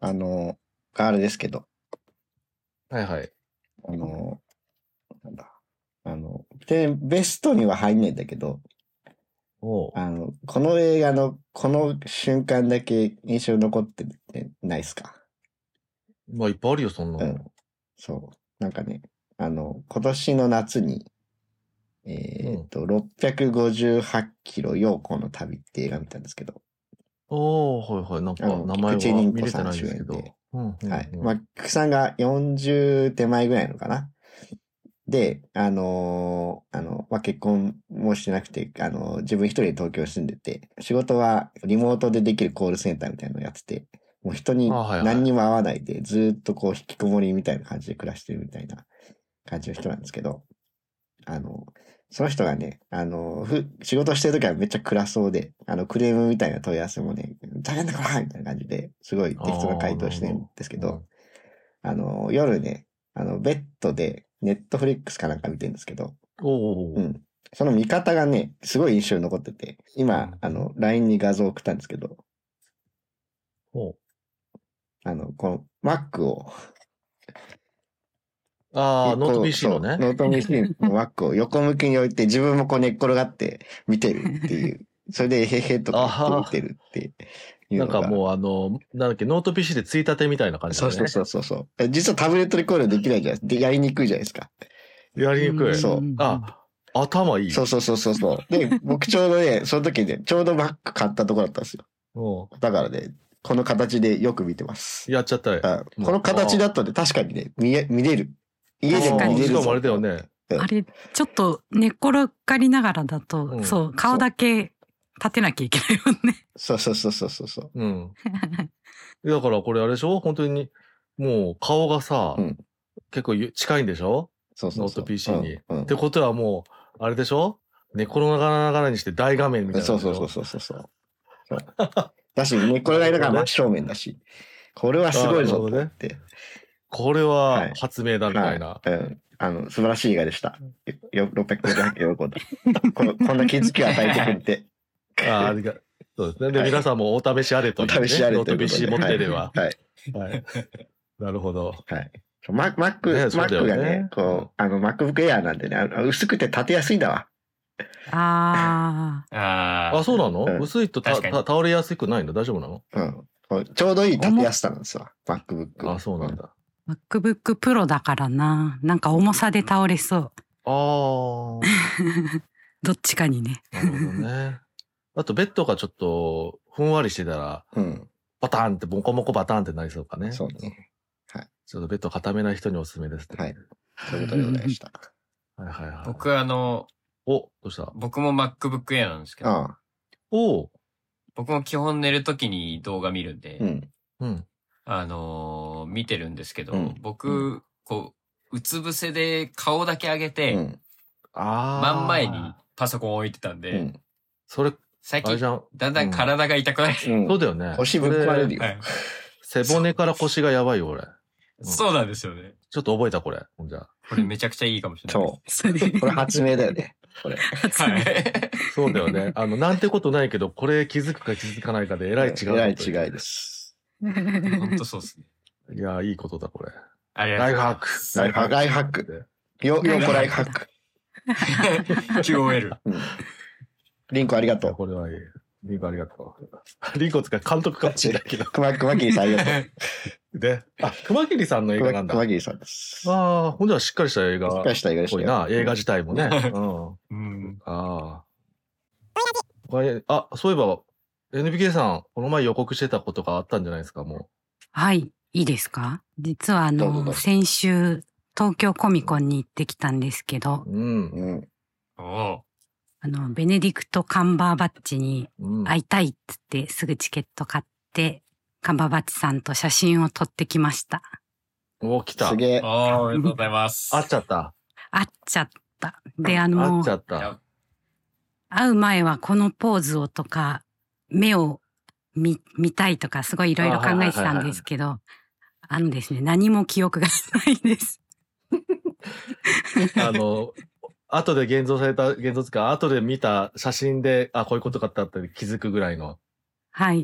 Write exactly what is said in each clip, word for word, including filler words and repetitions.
あの、あれですけど、 はいはい。 あの、なんだ、あの、で、ベストには入んないんだけど、 おう。 あの、この映画のこの瞬間だけ印象に残ってないっすか？ まあ、いっぱいあるよ、そんなの。 うん。そう。なんかね、あの、今年の夏に、えっと、ろっぴゃくごじゅうはちキロ陽子の旅って映画見たんですけど、 おー、はいはい。なんか、 あの、 名前菊池凛子は見れてさん主ないんですけど。 演で、 うんうんはい。 うん。 まあ、菊さんがよんじゅう手前ぐらいのかな。で、あのーあの、まあ、結婚もしてなくて、あのー自分一人で東京に住んでて、仕事はリモートでできるコールセンターみたいなのをやってて、もう人あにはいはい。 何にも会わないで、ずーっとこう引きこもりみたいな感じで暮らしてるみたいな感じの人なんですけど、あの、その人がね、あの、ふ仕事してる時はめっちゃ暗そうで、あの、クレームみたいな問い合わせもね、大変だからみたいな感じで、すごい適当な回答してるんですけど、あの、夜ね、あの、ベッドで、ネットフリックスかなんか見てるんですけど、 うん、おー。 うん。その見方がね、すごい印象に残ってて、今、 うんあの、ライン に画像を送ったんですけど、 おあの、この Mac を、 ああ、ノートこうピーシー のね。 そう、ノート ピーシー の Mac を横向きに置いて、自分もこう寝っ転がって見てるっていう、それでへへとか言って見てるっていうなんのが。 かもうあの、なんだっけ、ノート ピーシー でついたてみたいな感じだね。 そうそうそうそう。実はタブレットでこういうのできないじゃないですか。で、やりにくいじゃないですか。 やりにくい。 そうあ、頭いい。 そうそうそうそうそう。で、僕ちょうどね、その時ね、ちょうど Mac 買ったところだったんですよ。 おうだからね、この形でよく見てます。 やっちゃったよ。 あこの形だとね、確かにね、見え、見れる。家でも見れるぞ。 しかもあれだよね。 うんあれ、ちょっと寝っ転がりながらだと、 うんそう、顔だけ立てなきゃいけないもんね。 そうそうそうそうそうそう。 うん。だからこれあれでしょ本当に、もう顔がさ、 うん結構ゆ近いんでしょそうそうそう。 ノート ピーシー に。 うんうんってことはもう、あれでしょ寝転がらながらにして大画面みたいなそう感じでしょ。 そうそうそうそう。そうだし、寝っ転がりながら真正面だし、これはすごいぞと思って。 これは発明だみたいな。 はいうんあの、素晴らしい映画でした。よろっぴゃくごじゅうはち喜んだこの。こんな気づきを与えてくれて。 あありがそうですね。で、はい、皆さんもお試しあれという、ね。 お試しあれノート ピーシー 持ってれば。 はい。はい。 はい、なるほど。 はい。マック、ね、Mac がね、こう、あの、MacBook Air なんでね、薄くて立てやすいんだわ。 ああ。あ、そうなの、うん、薄いとたた倒れやすくないの大丈夫なのうん。ちょうどいい立てやすさなんですわ。MacBook。 あ、そうなんだ。 MacBook Pro だからな。なんか重さで倒れそう。 ああ。 どっちかにね。 なるほどね。あとベッドがちょっとふんわりしてたら、うん、バタンってボコボコバタンってなりそうかね。 そうね。はい。 ちょっとベッド固めない人におすすめですね。 はい。そういうことでございました。 はいはいはい。 僕あの、 お、どうした僕も MacBook Air なんですけど。ああお僕も基本寝るときに動画見るんで、 うん。うん。 あのー、見てるんですけど、 うん、 僕、うん、こう、うつ伏せで顔だけ上げて、うん、 あ真ん前にパソコン置いてたんで、うん、 それ、 最近、だんだん体が痛くなる、 うん。そうだよね。 腰ぶっ壊れるよ。 背骨から腰がやばいよ、俺。 うん、そうなんですよね。 ちょっと覚えた、これ。じゃあ。 これめちゃくちゃいいかもしれない。 そう。これ発明だよね。これ。 はい。 そうだよね。あの、なんてことないけど、これ気づくか気づかないかで、えらい違う。 えらい違いです。 本当そうですね。 いや、いいことだ、これ。 ありがとうございます。 ライフハック。ライフハック。よ、よこライフハック。 キューオーエル。 うん。リンコありがとう。 これはいい。リンコありがとう。リンコつか監督かもしれないけど。 熊、熊切さんありがとう。で、あ、熊切さんの映画なんだ。 熊切さんです。 ああ、ほんじゃしっかりした映画。 しっかりした映画でしたよ。映画自体もね。 うん。うん。 ああ。あ、そういえば、エヌビーケー さん、この前予告してたことがあったんじゃないですか、もう。 はい、いいですか？実はあの、先週、東京コミコンに行ってきたんですけど、 うん。うん。 おあの、ベネディクト・カンバーバッチに会いたいっつってすぐチケット買って、カンバーバッチさんと写真を撮ってきました。 お、来た。 すげえ。 ああ、ありがとうございます。 会っちゃった。 会っちゃった。で、あの、 会っちゃった。 会う前はこのポーズをとか、目を見、見たいとか、すごいいろいろ考えてたんですけど、あのですね、何も記憶がないです。 あの、後で現像された、現像つか、後で見た写真で、あ、こういうことかってあったり気づくぐらいの。 はい。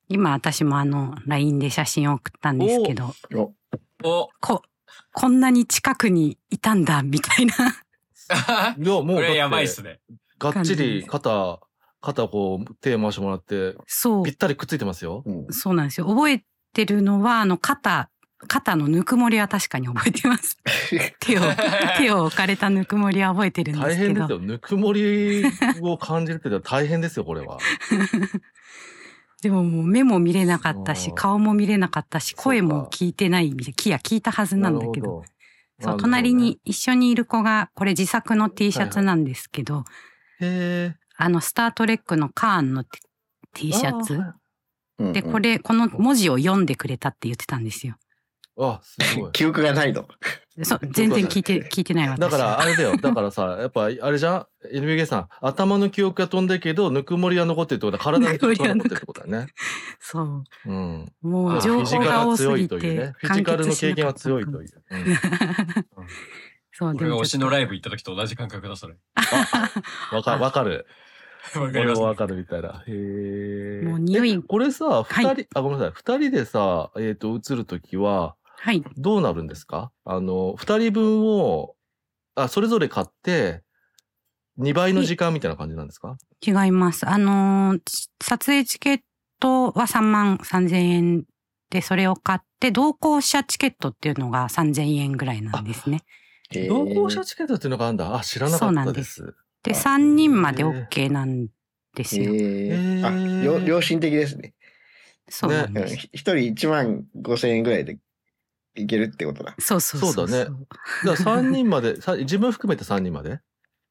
今私もあの ライン で写真を送ったんですけど、 おおこ、こんなに近くにいたんだみたいな。 いや、もうこれやばいっだってすね。 がっちり肩、肩こう手回してもらって、 そうぴっ。たりくっついてますよ。 うんそうなんですよ。覚えてるのは、あの、肩、肩のぬくもりは確かに覚えてます。手を、手を置かれたぬくもりは覚えてるんですけど。 大変ですよ。ぬくもりを感じるってのは大変ですよ、これは。 でももう目も見れなかったし、 あー顔も見れなかったし、 そうか声も聞いてないみたいな。いや、聞いたはずなんだけど。そう、 なるほど隣に一緒にいる子が、これ自作の T シャツなんですけど、 へあの、スタートレックのカーンの T, T シャツ。 うんで、これ、この文字を読んでくれたって言ってたんですよ。 あ、すごい。 記憶がないの。 そう、全然聞いて、聞いてない私。 だから、あれだよ。だからさ、やっぱ、あれじゃん ?エヌビーケー さん、頭の記憶が飛んだけど、ぬくもりは残ってるってことは、体の記憶が残ってるってことだよね。 そう。 うん。 もうフィジ情報がカルが強多すぎていというね。フィジカルの経験は強いという。うんそう、で俺が推しのライイブ行った時と同じ感覚だ、それ。 わかわかる。 わかります、 俺もわかるみたいな。へえ。 もう匂いえこれさ、二人、 はいあ、ごめんなさい。二人でさ、えっと、映るときは、 はい。 どうなるんですか？あの、二人分を、あ、それぞれ買って、二倍の時間みたいな感じなんですか？ 違います。あのー、撮影チケットはさんまんさんぜんえんで、それを買って、同行者チケットっていうのがさんぜんえんぐらいなんですね。 同行者チケットっていうのがあるんだ。あ、知らなかったです。 そうなんで、さんにんまで OK なんですよ。 へへえ。あ、 ーよ良心的ですね。 そうなんです。 うんひ一人いちまんごせんえんぐらいでいけるってことだ。 そうそうそう。 そうだね。だからさんにんまで、さ自分含めてさんにんまで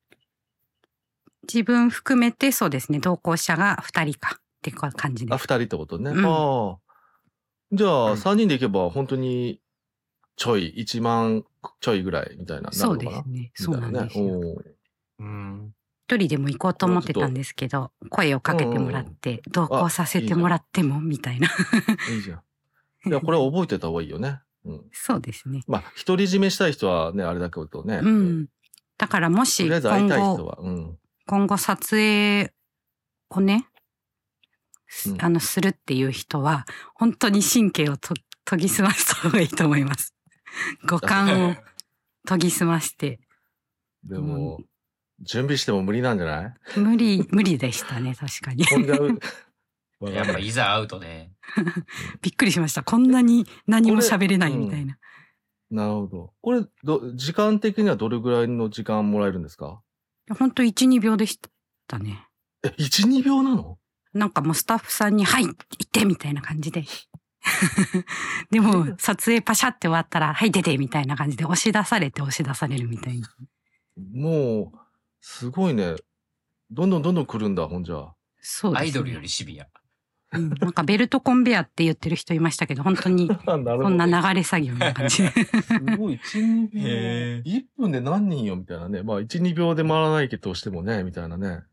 自分含めてそうですね、同行者がふたりかっていう感じであ、 す。 二人ってことね。 うんああ。じゃあ、 うんさんにんで行けば、本当に、ちょい、いちまんちょいぐらいみたいな、なるそうのかなですね。 みそうたなね。 ないんですよ。 おーうん。 一人でも行こうと思ってたんですけど、声をかけてもらって、同行させてもらっても、みたいな。 いいじゃん。いや、これは覚えてた方がいいよね。うん。 そうですね。 まあ、独り占めしたい人はね、あれだけどね。 う。ん。だからもしとりあえず会い今後、 たい人は。うん。 今後撮影をね、 うんあの、するっていう人は、本当に神経をと研ぎ澄ました方がいいと思います。五感を研ぎ澄まして。 でも、準備しても無理なんじゃない？ 無理、無理でしたね、確かに。 飛んじゃう。わやっかんないぱいざ会うとね。 びっくりしました。こんなに何も喋れないみたいな。 なるほど。これ、ど、時間的にはどれぐらいの時間もらえるんですか？ 本当いち、にびょうでしたね。 え、いち、にびょうなの？ なんかもうスタッフさんに、はい、行ってみたいな感じで。でも、撮影パシャって終わったら、はい、出てみたいな感じで押し出されて押し出されるみたいな。 もう、すごいね。どんどんどんどん来るんだ、ほんじゃ。 そうですね。 アイドルよりシビア。 うん、なんかベルトコンベヤって言ってる人いましたけど、本当になるほど。 そんな流れ作業な感じで。 すごい、いち、にびょう。 へいっぷんで何人よ、みたいなね。まあ、いち、にびょうで回らないけどしてもね、みたいなね。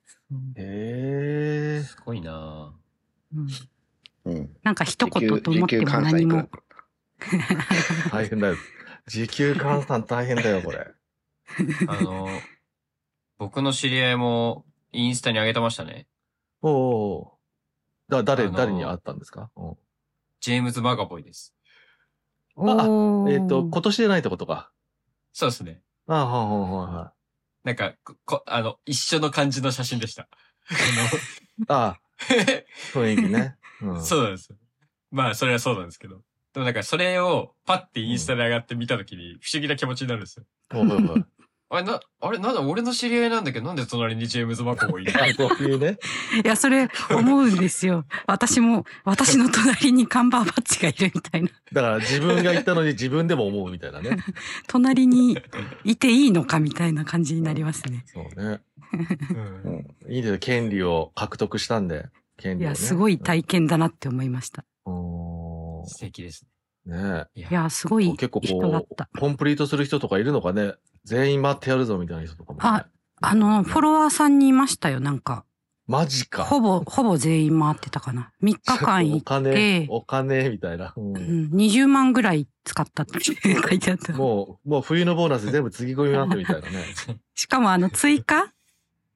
へえ。 すごいなうんうん。 なんか一時給言と思っても何も。 大変だよ。時給換算大変だよ、これ。 あの、僕の知り合いもインスタに上げてましたね。 おお。だ、誰、 あのー誰に会ったんですか？うんジェームズ・マガボイです。 おーえっと、今年じゃないってことか。 そうですね。 ああ、はいはいはなんか、ここあの、一緒の感じの写真でした。 い。ああ、雰囲気ね。うあのん。 そうなんですよ。まあ、それはそうなんですけど。でもなんか、それをパッてインスタで上がって見たときに、不思議な気持ちになるんですよ。 はいはいはい。 あれ、な、あれ、なんだ、俺の知り合いなんだけど、なんで隣にジェームズ・マガボイいるあ、そういうね。 いや、それ思うんですよ。私も、私の隣にカンバーバッチがいるみたいな。 だから自分が言ったのに自分でも思うみたいなね。 隣にいていいのかみたいな感じになりますね。 そうね。 うんうん。 いいですよ。権利を獲得したんで。権利をね。 いや、すごい体験だなって思いました。 うん。 素敵ですねね。いいや、すごい結構人だっこた。 う、コンプリートする人とかいるのかね。全員待ってやるぞみたいな人とかも、ね。 あ、あの、フォロワーさんにいましたよ、なんか。 マジか。 ほぼ、ほぼ全員回ってたかな。みっかかん行おっ金て、、 お金みたいな。ううんん、にじゅうまんぐらい使ったって書いてあった。 もう、もう冬のボーナス全部つぎ込みになってみたいなね。 しかもあの、追加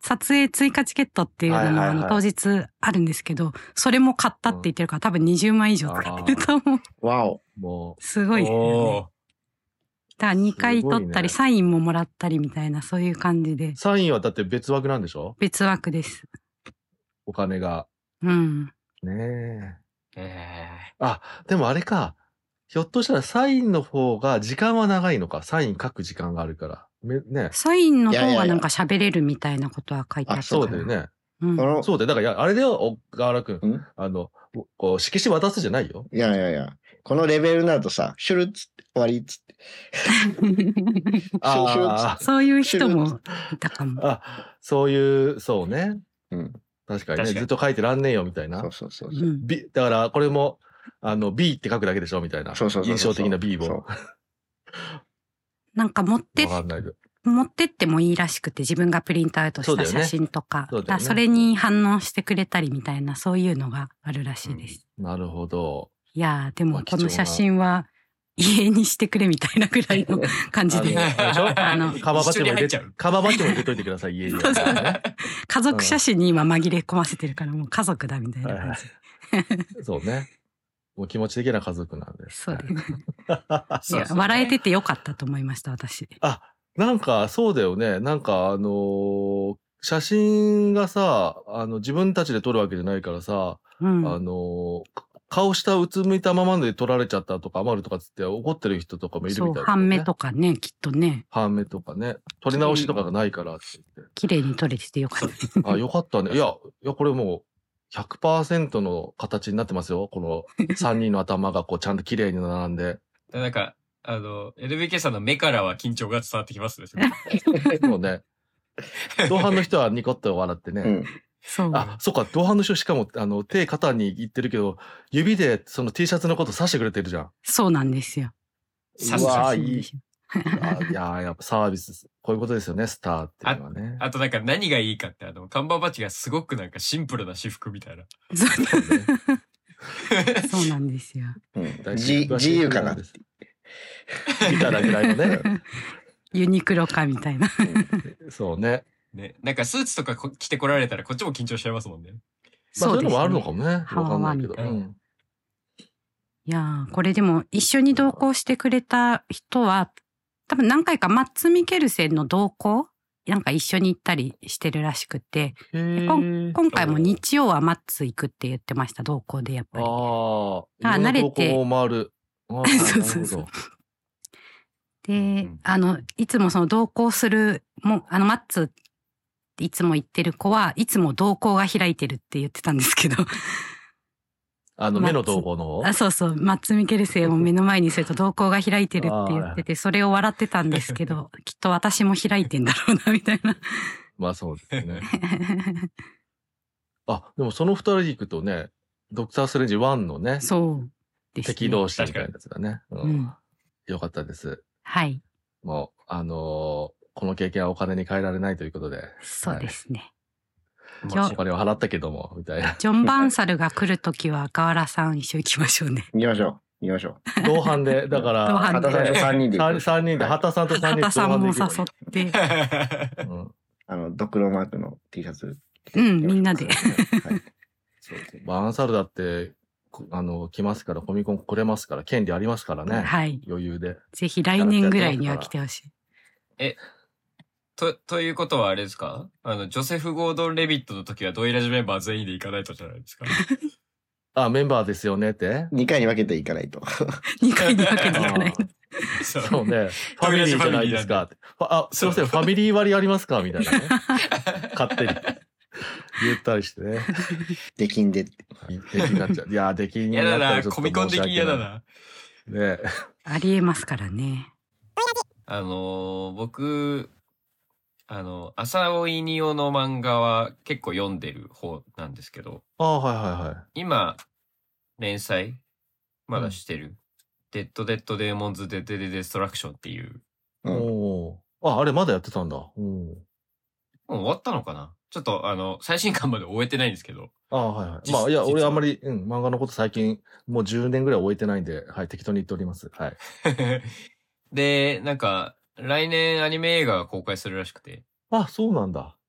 撮影追加チケットっていうのも、 はいはいはいあの当日あるんですけど、それも買ったって言ってるから、多分にじゅうまん以上使ってると思う。 わお。 もすごいですよね。 おー。 だからにかいすごいね取ったり、サインももらったりみたいな、そういう感じでう、、サインはだって別枠なんでしょ？ 別枠です。 お金が。 うん。 ねえ。 えあ、でもあれか。ひょっとしたらサインの方が時間は長いのか。サイン書く時間があるから。めね。 サインのいやいやいや方がなんか喋れるみたいなことは書いてあったかな。 そうだよね。 うんこ。の、 そうだよ。だから、いやあれだよ、小原くん。 んあの、こう、色紙渡すじゃないよ。 いやいやいや、このレベルになるとさ、シュルッつって終わりっつって。シュシュルッつっあて。 そういう人もいたかも。 あ、そういう、そうね。 うん。 確かにね。 確かにずっと書いてらんねえよ、みたいなそう。そうそううそう。 ん。 B、だから、これも、あの、B って書くだけでしょみたいな。 そうそうそうそう印象的な B を。 そうわなんか持って、 かんないけど。 持ってってもいいらしくて、自分がプリントアウトした写真とか、 そうだよねそうだよねだからそれに反応してくれたりみたいな、そういうのがあるらしいです。 なるほど。 いやー、でもまあこの写真は家にしてくれみたいなぐらいの感じで、 あの、あれでしょあのカバーバッジも入れて一緒に入っちゃう、 カバーバッジも入れといてください、家に。 そうそうね家族写真に今紛れ込ませてるから、もう家族だみたいな感じ。 そうね。もう気持ち的な家族なんです。 そうです。いや、 そうそうね笑えててよかったと思いました、私。 あ、なんか、そうだよね。なんか、あのー写真がさ、あの、自分たちで撮るわけじゃないからさ、 うん。 あのー顔下うつむいたままで撮られちゃったとか余るとかつって怒ってる人とかもいるそう、 みたいだ半目ね。 とかね、きっとね、 半目とかね。撮り直しとかがないからって言って。 綺麗に撮れててよかった。 あ、よかったね。いや、いや、これもう、ひゃくパーセント の形になってますよ。このさんにんの頭がこうちゃんと綺麗に並んで。 なんか、あの、エルビーケー さんの目からは緊張が伝わってきますね。 もうね。同伴の人はニコッと笑ってね。 うん。 そう。 あ、そっか、同伴の人しかも、あの、手肩に言ってるけど、指でその T シャツのこと指してくれてるじゃん。 そうなんですよ。 さうわーそうですよあいやーやっぱサービス、こういうことですよね、スターっていうのはね。 あとなんか何がいいかって、あの、看板バッジがすごくなんかシンプルな私服みたいな。 そうそうねそうなんですよ。 うん。じ自由かな。 みたいなぐらいのね。 ユニクロかみたいな。 そうね。 ね。なんかスーツとかこ着てこられたらこっちも緊張しちゃいますもんね。 まあそういうのもあるのねかもね。わかんないけど。 はわうんいやー、これでも一緒に同行してくれた人は、多分何回かマッツ・ミケルセンの同行なんか一緒に行ったりしてるらしくて、 へでーこん今回も日曜はマッツ行くって言ってました、同行でやっぱり。 ああ、 あ慣れていろんな投稿を回る。あーそうそうそうなるほどで、 うんあの、いつもその同行する、もう、あの、マッツっていつも言ってる子はいつも同行が開いてるって言ってたんですけど、 あの、目の投稿の方あそうそう、マッツ・ミケルセンを目の前にすると同行が開いてるって言ってて、それを笑ってたんですけど、きっと私も開いてんだろうな、みたいな。 まあそうですね。あ、でもその二人行くとね、ドクター・ストレンジワンのね、 そうです、ね。 敵同士みたいなやつだね。ううんん。 よかったです。 はい。 もう、あのーこの経験はお金に換えられないということで。 そうですね。 はい。 じゃあお金を払ったけども、みたいな。 ジョン・バンサルが来るときは、河原さん一緒行きましょうね。 行きましょう。行きましょう。 同伴で、だから、 同伴畑さんとさんにんで行く。 三三人で、 はい畑さんと三人で畑さんも誘同伴で行って、 けばいい。うんあの、ドクロマークの T シャツ。 うんみんなではい。 そうそうバーンサルだって、こあの、来ますから、コミコン来れますから、権利ありますからね。 はい。 余裕で。 ぜひ来年ぐらいには来てほしい。 と、ということはあれですか？あの、ジョセフ・ゴードン・レビットの時はドイラジメンバー全員で行かないとじゃないですか。 あ、メンバーですよねって。 にかいに分けていかないと。 にかいに分けていかない。 そそうね。ファミリーじゃないですかって。ファあ、すいません、ファミリー割ありますかみたいなね。勝手に。言ったりしてね。 出禁でって。 出禁になっちゃう。いやー、出禁にな嫌だな、 ったらちょっとコミコン的に嫌だな。 ねありえますからね。 あのー僕、あの、浅尾稲夫の漫画は結構読んでる方なんですけど、 ああ、はいはいはい。 今、連載まだしてる。デッド・デッド・デーモンズ・デッド・デ・デストラクションっていう。 うん。 おーあ、あれまだやってたんだ。うん。 もう終わったのかな？ちょっとあの、最新刊まで終えてないんですけど。 ああ、はいはい。 実まあ、いや、 実は俺あんまり、うん、漫画のこと最近、もうじゅうねんぐらい終えてないんで、はい、適当に言っております。はい。 で、なんか、来年アニメ映画が公開するらしくて。 あ、そうなんだ。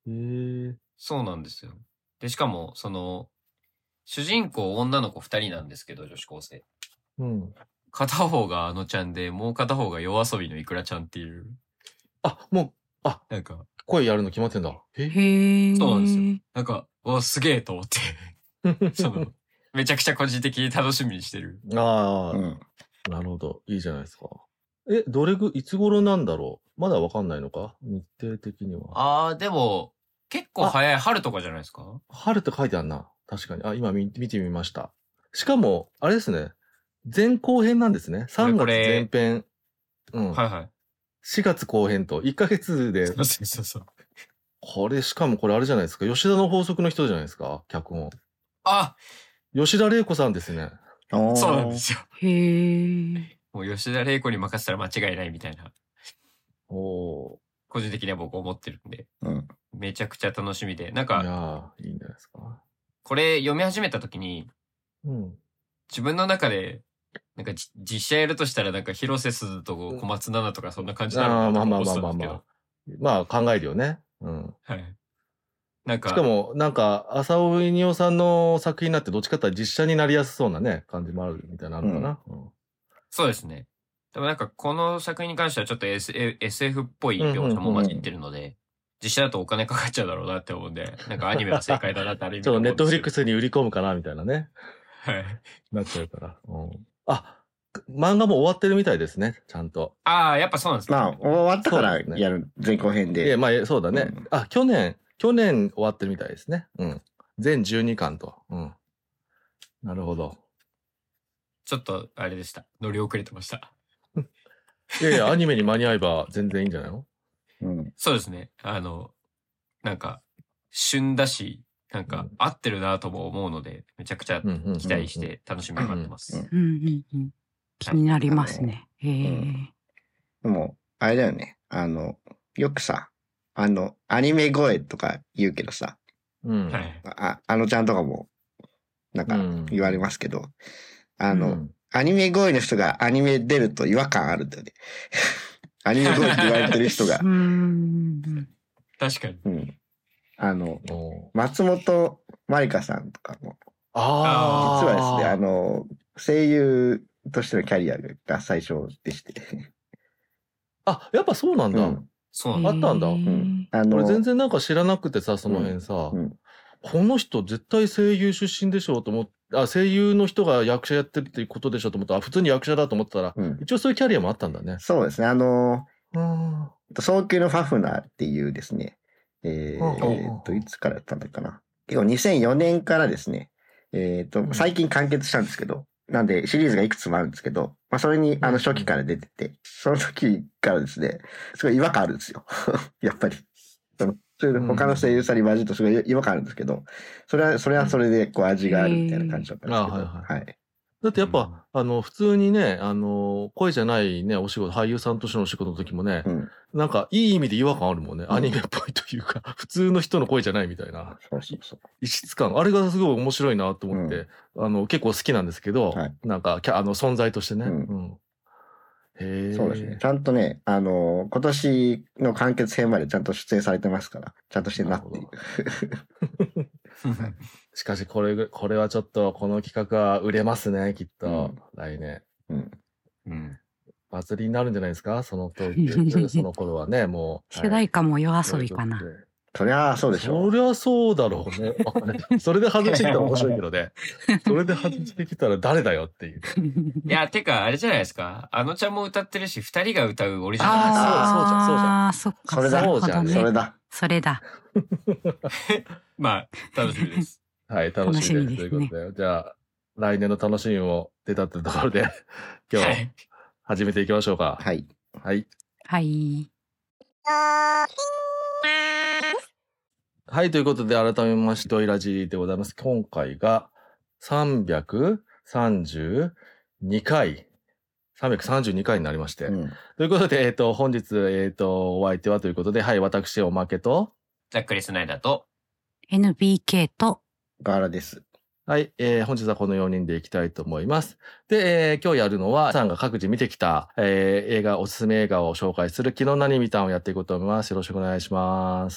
へえ。 そうなんですよ。で、しかも、その、主人公女の子二人なんですけど、女子高生。 うん。 片方があのちゃんで、もう片方が夜遊びのいくらちゃんっていう、 あ、もう、あ、 なんか、 声やるの決まってんだ。えへえ。 そうなんですよ。なんか、お、すげえと思って、その、めちゃくちゃ個人的に楽しみにしてる。 ああ、 うん。 なるほど。いいじゃないですか。え、どれぐ、いつ頃なんだろうまだわかんないのか日程的には。 あー、でも、結構早い春とかじゃないですか？ 春って書いてあるな。確かに。あ、今見見てみました。しかも、あれですね。前後編なんですね。さんがつこれ前編。うん。 はいはい。 しがつ後編といっかげつで、 そうそうそうそう。 これ、しかもこれあれじゃないですか。吉田の法則の人じゃないですか。脚本。 あ、 吉田玲子さんですね。 おーそうなんですよ。 へえ。 もう吉田玲子に任せたら間違いないみたいな、 お個人的には僕思ってるんで、 うん。 めちゃくちゃ楽しみで。なんー。いやか、 ー、いいんじゃないですか。 これ読み始めた時に、 うん。 自分の中で、なんかじ実写やるとしたらなんか広瀬すずと小松菜奈とかそんな感じなのああ、 かまあまあなとか思ってまあたんまあですけど。 まあ。まあ考えるよね。うん。 はい。なんか、 しかも、なんか、浅尾稲夫さんの作品になってどっちかっていうと実写になりやすそうなね、感じもあるみたいなのあるかな。うんそうですね。でもなんかこの作品に関してはちょっと エスエフ っぽい描写も混じってるので、実写だとお金かかっちゃうだろうなって思うんで、なんかアニメは正解だなってある意味ちょっとネットフリックス。 スに売り込むかなみたいなね。 はい。 なっちゃうから。うん、あ、漫画も終わってるみたいですね、ちゃんと。 ああ、やっぱそうなんですね。 まあ、終わったからそうですねやる、前後編で。 いや、まあ、そうだね。 うんあ、去年、去年終わってるみたいですね。うん。全じゅうにかんと。うん。なるほど。 ちょっと、あれでした。乗り遅れてました。 いやいや、アニメに間に合えば全然いいんじゃないの？ うん。 そうですね。あの、なんか、旬だし、なんか、合ってるなとも思うので、めちゃくちゃうんうんうんうん期待して楽しみに待ってます。 うんうんうんうん。気になりますね。へえ。 でも、あれだよね。あの、よくさ、あの、アニメ声とか言うけどさ、 うん。 はい。 あ、あのちゃんとかも、なんかうん言われますけど、あの、 うんアニメ声の人がアニメ出ると違和感あるんだよね。アニメ声って言われてる人がう。ん。 確かに。 うん。あの、 おー松本まりかさんとかも、 ああ。 実はですね、あの、声優としてのキャリアが最初でして。 あ、やっぱそうなんだ。 うん。 そうなんだ。 あったんだうん。あの、 俺全然なんか知らなくてさ、その辺さ、 うん。 この人絶対声優出身でしょうと思って、あ、声優の人が役者やってるっていうことでしょうと思ったら、あ普通に役者だと思ってたら、 うん。 一応そういうキャリアもあったんだね。 そうですね。あの、 あ早急のファフナーっていうですね、えほうほうほうー、っと、いつからやったんだっけかな。結構にせんよねんからですね、えー、っと、 うん最近完結したんですけど、なんでシリーズがいくつもあるんですけど、まあそれにあの初期から出てて、その時からですね、すごい違和感あるんですよ。やっぱり。そのそれで他の声優さんに混じるとすごい違和感あるんですけど、それは、それはそれでこう味があるみたいな感じだったんですけど、 うんあはいはいはい。 だってやっぱ、あの、普通にね、あの、声じゃないね、お仕事、俳優さんとしてのお仕事の時もね、 うん。 なんかいい意味で違和感あるもんね。 んアニメっぽいというか、普通の人の声じゃないみたいな。 そうそうそう。 異質感。あれがすごい面白いなと思って、あの、結構好きなんですけど、 はいなんか、キャあの、存在としてね。 うんうんへえ。 そうですね。ちゃんとね、あの、今年の完結編までちゃんと出演されてますから、ちゃんとしてるなっていう。 しかし、これぐ、これはちょっと、この企画は売れますね、きっと、 うん来年。 うん。 うん。 祭りになるんじゃないですかその時、その頃はね、もう。 主題歌も夜遊びかな。 そりゃあそうでしょそりゃそうだろうね。それで外してきたら面白いけどね。それで外してきたら誰だよっていう。 いや、てか、あれじゃないですか。あのちゃんも歌ってるし、二人が歌うオリジナルあーそうじゃんそうじゃんああ、そっか。 それだそうじゃんなるほどねそれだ。 それだ。 まあ、楽しみです。 はい、楽しみです。 楽しみですねということで、じゃあ、来年の楽しみも出たってところで、今日はい。 始めていきましょうか。 はい。 はい。 はい。 はい、ということで、改めまして、ドイラジでございます。今回がさんびゃくさんじゅうにかい、さんびゃくさんじゅうにかいになりまして。 うん。 ということで、えっ、と、本日、えっ、と、お相手はということで、はい、私、おまけと、 ざっくりスナイダーと、 エヌビーケー と、 ガーラです。 はい、えー本日はこのよにんでいきたいと思います。で、えー今日やるのは、さんが各自見てきた、えー映画、おすすめ映画を紹介する、昨日何見たんをやっていこうと思います。よろしくお願いします。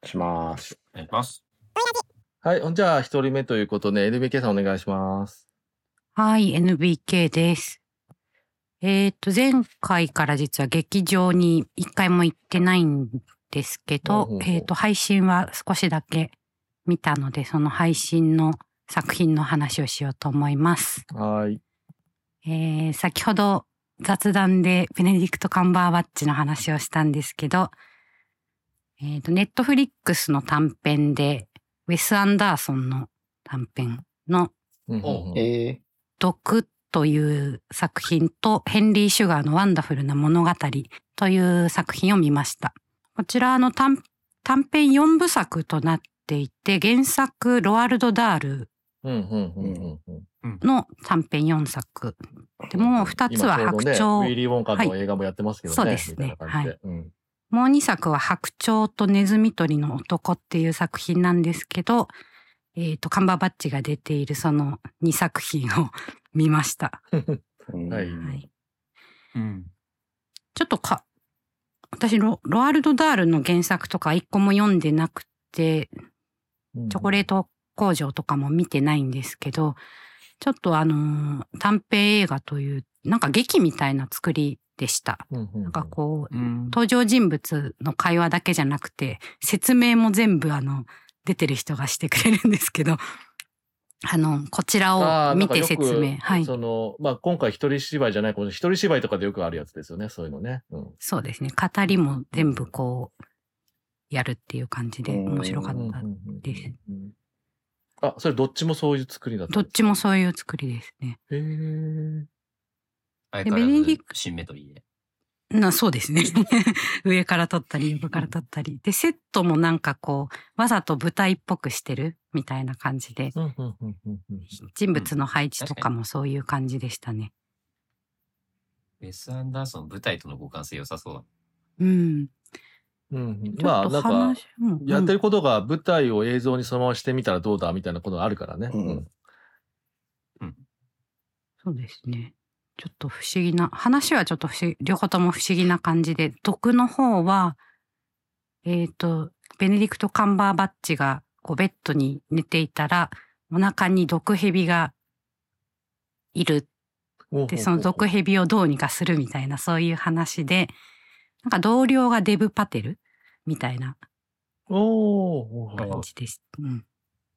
します。 お願いします。 はい。じゃあ、一人目ということで、エヌビーケー さんお願いします。 はい、エヌビーケー です。えっと、前回から実は劇場に一回も行ってないんですけど、 うんうんうんえっと、配信は少しだけ見たので、その配信の作品の話をしようと思います。 はい。 えー、先ほど雑談でベネディクト・カンバーバッチの話をしたんですけど、えっと、ネットフリックスの短編で、ウェス・アンダーソンの短編のうんうんうんえ毒という作品とヘンリー・シュガーのワンダフルな物語という作品を見ました。こちらの 短, 短編よんぶ作となっていて、原作ロワルド・ダールうんうんうんうんうんの短編よんさく。でもふたつは白鳥、 今ちょうどね、ウィリー・ウォンカの映画もやってますけどね。 そうですねみたいな感じでうんもうにさくは白鳥とネズミ捕りの男っていう作品なんですけど、えっと、カンバーバッチが出ているそのにさく品を見ました。 ーはいはいうん。 ちょっとか、私ロ、ロワルド・ダールの原作とか一個も読んでなくて、チョコレート工場とかも見てないんですけど、ちょっとあのー短編映画という、なんか劇みたいな作りでした。 うんうんうんなんかこう、 うん。 登場人物の会話だけじゃなくて、説明も全部あの、出てる人がしてくれるんですけど、あの、こちらを見て説明。はい。 その、まあ、今回一人芝居じゃないかもしれない。一人芝居とかでよくあるやつですよね。そういうのね。うん、 そうですね。語りも全部こう、やるっていう感じで面白かったです。 あ、それどっちもそういう作りだったどっちもそういう作りですね。 へー。 相変わらずシンメトリーで。 なそうですね。上から撮ったり、横から撮ったり。で、セットもなんかこう、わざと舞台っぽくしてるみたいな感じで、人物の配置とかもそういう感じでしたね。 ウェス・アンダーソン、舞台との互換性良さそうだ。 うん。 うん、まあ、なんか、やってることが舞台を映像にそのまましてみたらどうだみたいなことがあるからね。 うんうんうん、 そうですね。ちょっと不思議な、話はちょっと不思議、両方とも不思議な感じで、毒の方は、えっと、ベネディクト・カンバーバッチがこうベッドに寝ていたら、お腹に毒蛇がいる。で、その毒蛇をどうにかするみたいな、そういう話で、なんか同僚がデブ・パテルみたいな感じです。うん、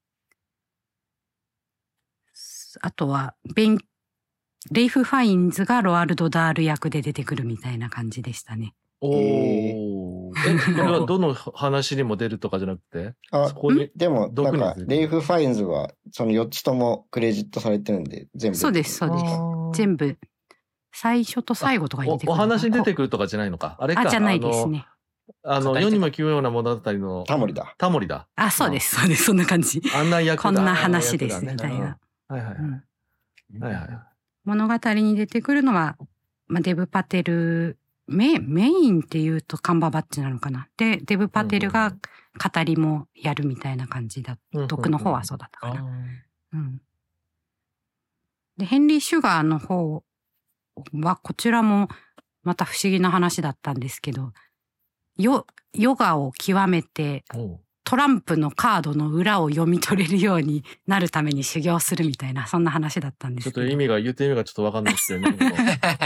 あとは、ベン、レイフ・ファインズがロワルド・ダール役で出てくるみたいな感じでしたね。 おー。え、それはどの話にも出るとかじゃなくてあ、そこにでも、なんか、レイフ・ファインズは、そのよっつともクレジットされてるんで、全部。 そうです、そうです。全部。最初と最後とかに出てくる。 お話に出てくるとかじゃないのか。あれか。 あ、じゃないですね。 あの、世にも奇妙な物語の。 タモリだ。 タモリだ。 あ、そうです、そうです。そんな感じ。 あんな役だ。 こんな話です、みたいな。 はいはい。はいはい。 物語に出てくるのは、まあ、デブ・パテル、メメインっていうとカンバーバッチなのかな。で、デブ・パテルが語りもやるみたいな感じだ。毒の方はそうだったかな。うん。で、ヘンリー・シュガーの方は、こちらもまた不思議な話だったんですけど、ヨ、ヨガを極めて、トランプのカードの裏を読み取れるようになるために修行するみたいな、そんな話だったんですけど。 ちょっと意味が、言ってる意味がちょっとわかんないですけどね。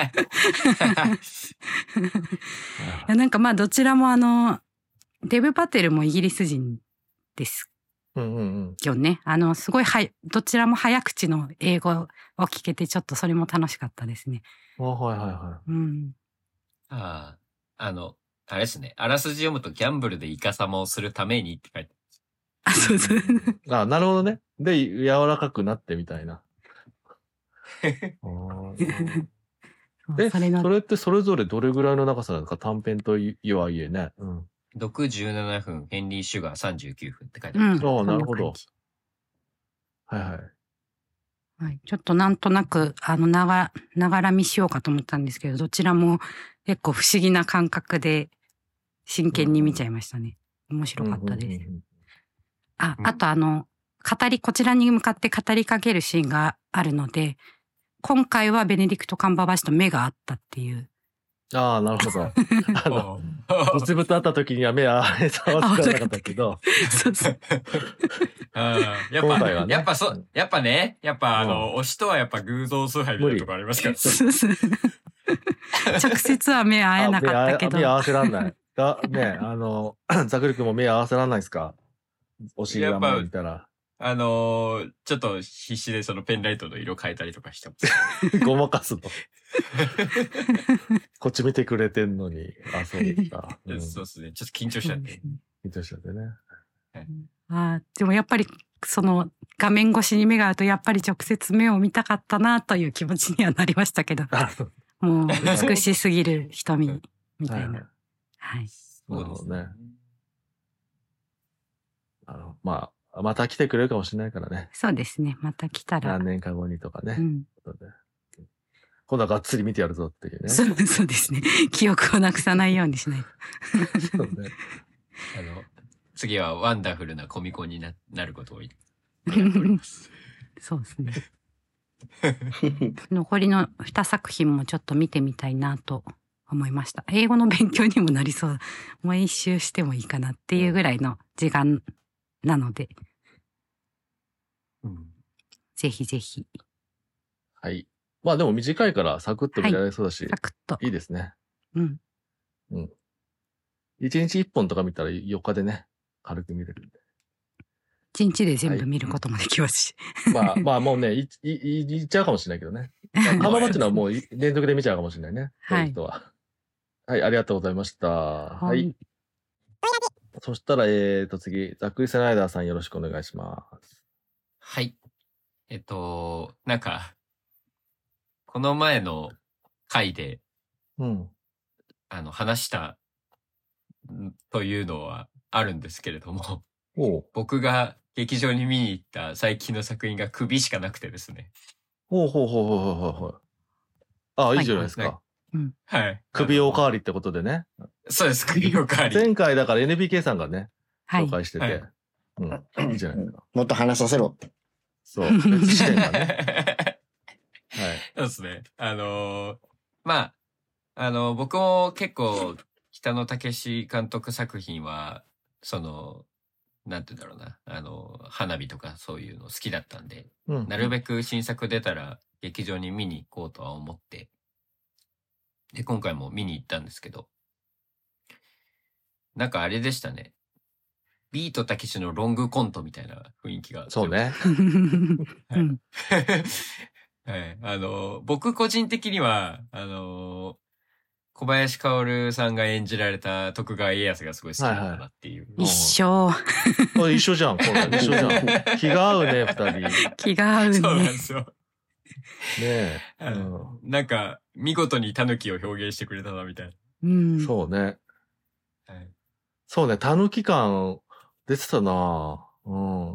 なんかまあどちらもあの、デブ・パテルもイギリス人ですよね。あの、すごいは、どちらも早口の英語を聞けてちょっとそれも楽しかったですね。 あ、はいはいはい。 うん。 ああ、あの、あれですね。あらすじ読むとギャンブルでイカサマをするためにって書いてある。あ、そうそう。 あ、なるほどね。で、柔らかくなってみたいな。え、それそれってそれぞれどれぐらいの長さなのか、短編といはいえね。うん。 毒じゅうななふん、ヘンリー・シュガーさんじゅうきゅうふんって書いてある。 うん、 ああ、なるほど。はいはい。 はい。ちょっとなんとなく、あの、なが、ながら見しようかと思ったんですけど、どちらも結構不思議な感覚で真剣に見ちゃいましたね。面白かったです。あ、あとあの、語り、こちらに向かって語りかけるシーンがあるので、今回はベネディクト・カンバーバッチと目が合ったっていうああ、なるほど。あの、ブツブツ会った時には目合わせ合わせられなかったけど。 そうそう。 あやっぱ、 今回はねやっぱそ、やっぱね、やっぱあの、推しとはやっぱ偶像崇拝みたいなとこありますから。 そうそう。直接は目合えなかったけど。 目合わせらんない。が、ね、あの、ザクリ君も目合わせらんないですか？推しが前見たら。 あのー、ちょっと必死でそのペンライトの色変えたりとかしてます。 ごまかすの。こっち見てくれてんのに。あ、そうか。 うん、そうですね。ちょっと緊張しちゃって。 緊張しちゃってね。 はい、あでもやっぱりその画面越しに目が合うとやっぱり直接目を見たかったなという気持ちにはなりましたけど。もう美しすぎる瞳みたいな。はい。はい、 そうですね。あの、まあ、また来てくれるかもしれないからね。 そうですね。また来たら。 何年か後にとかね。 うん、 今度はがっつり見てやるぞっていうね。 そう、そうですね。記憶をなくさないようにしないと。 そうね。 あの、次はワンダフルなコミコンに な, なることを祈っております。 そうですね。残りのにさく品もちょっと見てみたいなと思いました。英語の勉強にもなりそう。もう一周してもいいかなっていうぐらいの時間なので。うん、ぜひぜひ。 はい。まあでも短いからサクッと見られそうだし、はい、 サクッと。 いいですね。 うん。 うん。いちにちいっぽんとか見たらよっかでね、軽く見れるんで。 いちにちで全部見ることもできますし。 はい、まあまあもうね、い、い、い、いっちゃうかもしれないけどね。カンバーバッチのはもう連続で見ちゃうかもしれないね。はい。そういう人は。はい、ありがとうございました。はい。はい、そしたら、えーと次、ざっくりスナイダーさんよろしくお願いします。 はい。えっと、なんか、この前の回で、 うん。 あの、話したというのはあるんですけれども、僕が劇場に見に行った最近の作品が首しかなくてですね。 ほうほうほうほうほうほう。ああ、いいじゃないですか。 はい。はい、 首おかわりってことでね。 そうです、首おかわり。 前回だから エヌビーケー さんがね、 はい、 紹介してて、はい、うん、いいじゃないですか。 もっと話させろって。 そう、別視点がね。 はい。そうですね。あのー、まあ、あのー、僕も結構、北野武監督作品は、その、なんて言うんだろうな、あの、花火とかそういうの好きだったんで、うん、なるべく新作出たら劇場に見に行こうとは思って、で、今回も見に行ったんですけど、なんかあれでしたね。ビートたけしのロングコントみたいな雰囲気が。 そうね。 はい。はい。あの、僕個人的には、あの、小林薫さんが演じられた徳川家康がすごい好きなんだなっていう。 はいはい、一緒。 一緒じゃん、これ。一緒じゃん。気が合うね、二人。 気が合うね。 そうなんですよ。 ねえ、 うん。なんか、見事に狸を表現してくれたな、みたいな。 うん。 そうね。 はい、 そうね、狸感出てたなうん。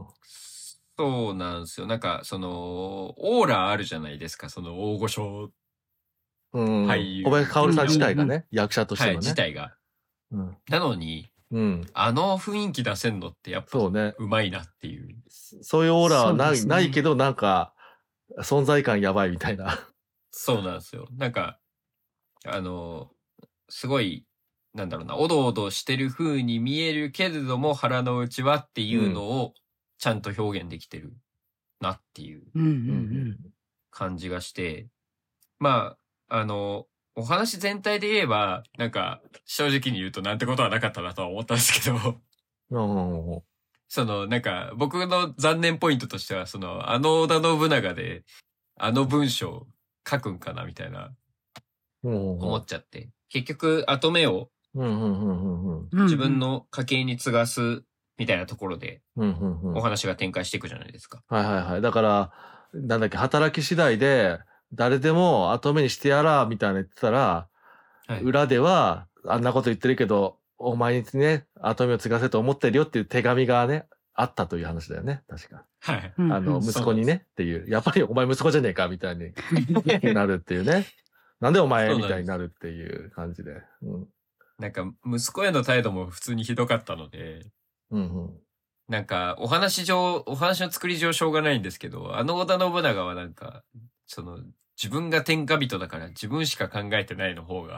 そうなんですよ。なんか、その、オーラあるじゃないですか、その大御所。 うん。俳優。小林薫さん自体がね、うん、役者としてのね。 はい、自体が。 うん。 なのに、 うん、 あの雰囲気出せんのってやっぱ、そうね。うまいなっていう。 そういうオーラはない、ね、ないけど、なんか、存在感やばいみたいな。 そうなんですよ。なんか、あの、すごい、なんだろうな、おどおどしてる風に見えるけれども、腹の内はっていうのをちゃんと表現できてるなっていう感じがして、うん、まあ、あの、お話全体で言えば、なんか、正直に言うとなんてことはなかったなとは思ったんですけど、 うん、 その、なんか、僕の残念ポイントとしては、その、あの織田信長で、あの文章書くんかなみたいな、思っちゃって。結局、後目を、自分の家系に継がす、みたいなところで、お話が展開していくじゃないですか。 はいはいはい。だから、なんだっけ、働き次第で、誰でも後目にしてやら、みたいな言ってたら、はい、裏では、あんなこと言ってるけど、お前にね、後目を継がせと思ってるよっていう手紙がね、あったという話だよね、確か。 はい。 あの、息子にね、っていう、やっぱりお前息子じゃねえか、みたいになるっていうね。なんでお前みたいになるっていう感じで。うん、 なんか、息子への態度も普通にひどかったので、 うんうん、 なんか、お話上、お話の作り上しょうがないんですけど、あの織田信長はなんか、その、自分が天下人だから自分しか考えてないの方が、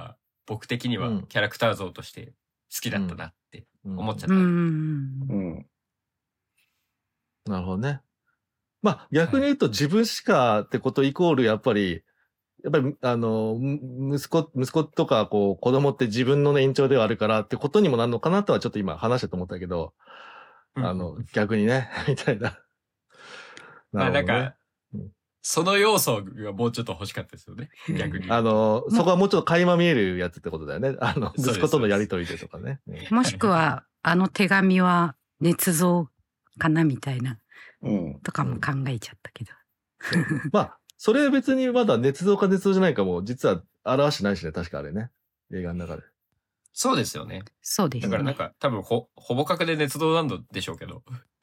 僕的にはうんキャラクター像として好きだったなって思っちゃった。 うん。 うん。 なるほどね。まあ逆に言うと自分しかってことイコールやっぱり、やっぱりあの、む息子、息子とかこう子供って自分の、ね、延長ではあるからってことにもなるのかなとはちょっと今話してと思ったけど、あの、逆にね、みたいな。 まあなんるほどねか、その要素がもうちょっと欲しかったですよね。逆に。 あの、そこはもうちょっと垣間見えるやつってことだよね。あの、 そうです息子とのやりとりでとかね。 もしくは、あの手紙は捏造かなみたいな、 うん。 とかも考えちゃったけど。 まあ、それ別にまだ捏造か捏造じゃないかも、実は表してないしね、確かあれね。映画の中で。 そうですよね。 そうですね。 だからなんか多分ほ、ほぼ確で熱動なんでしょうけど。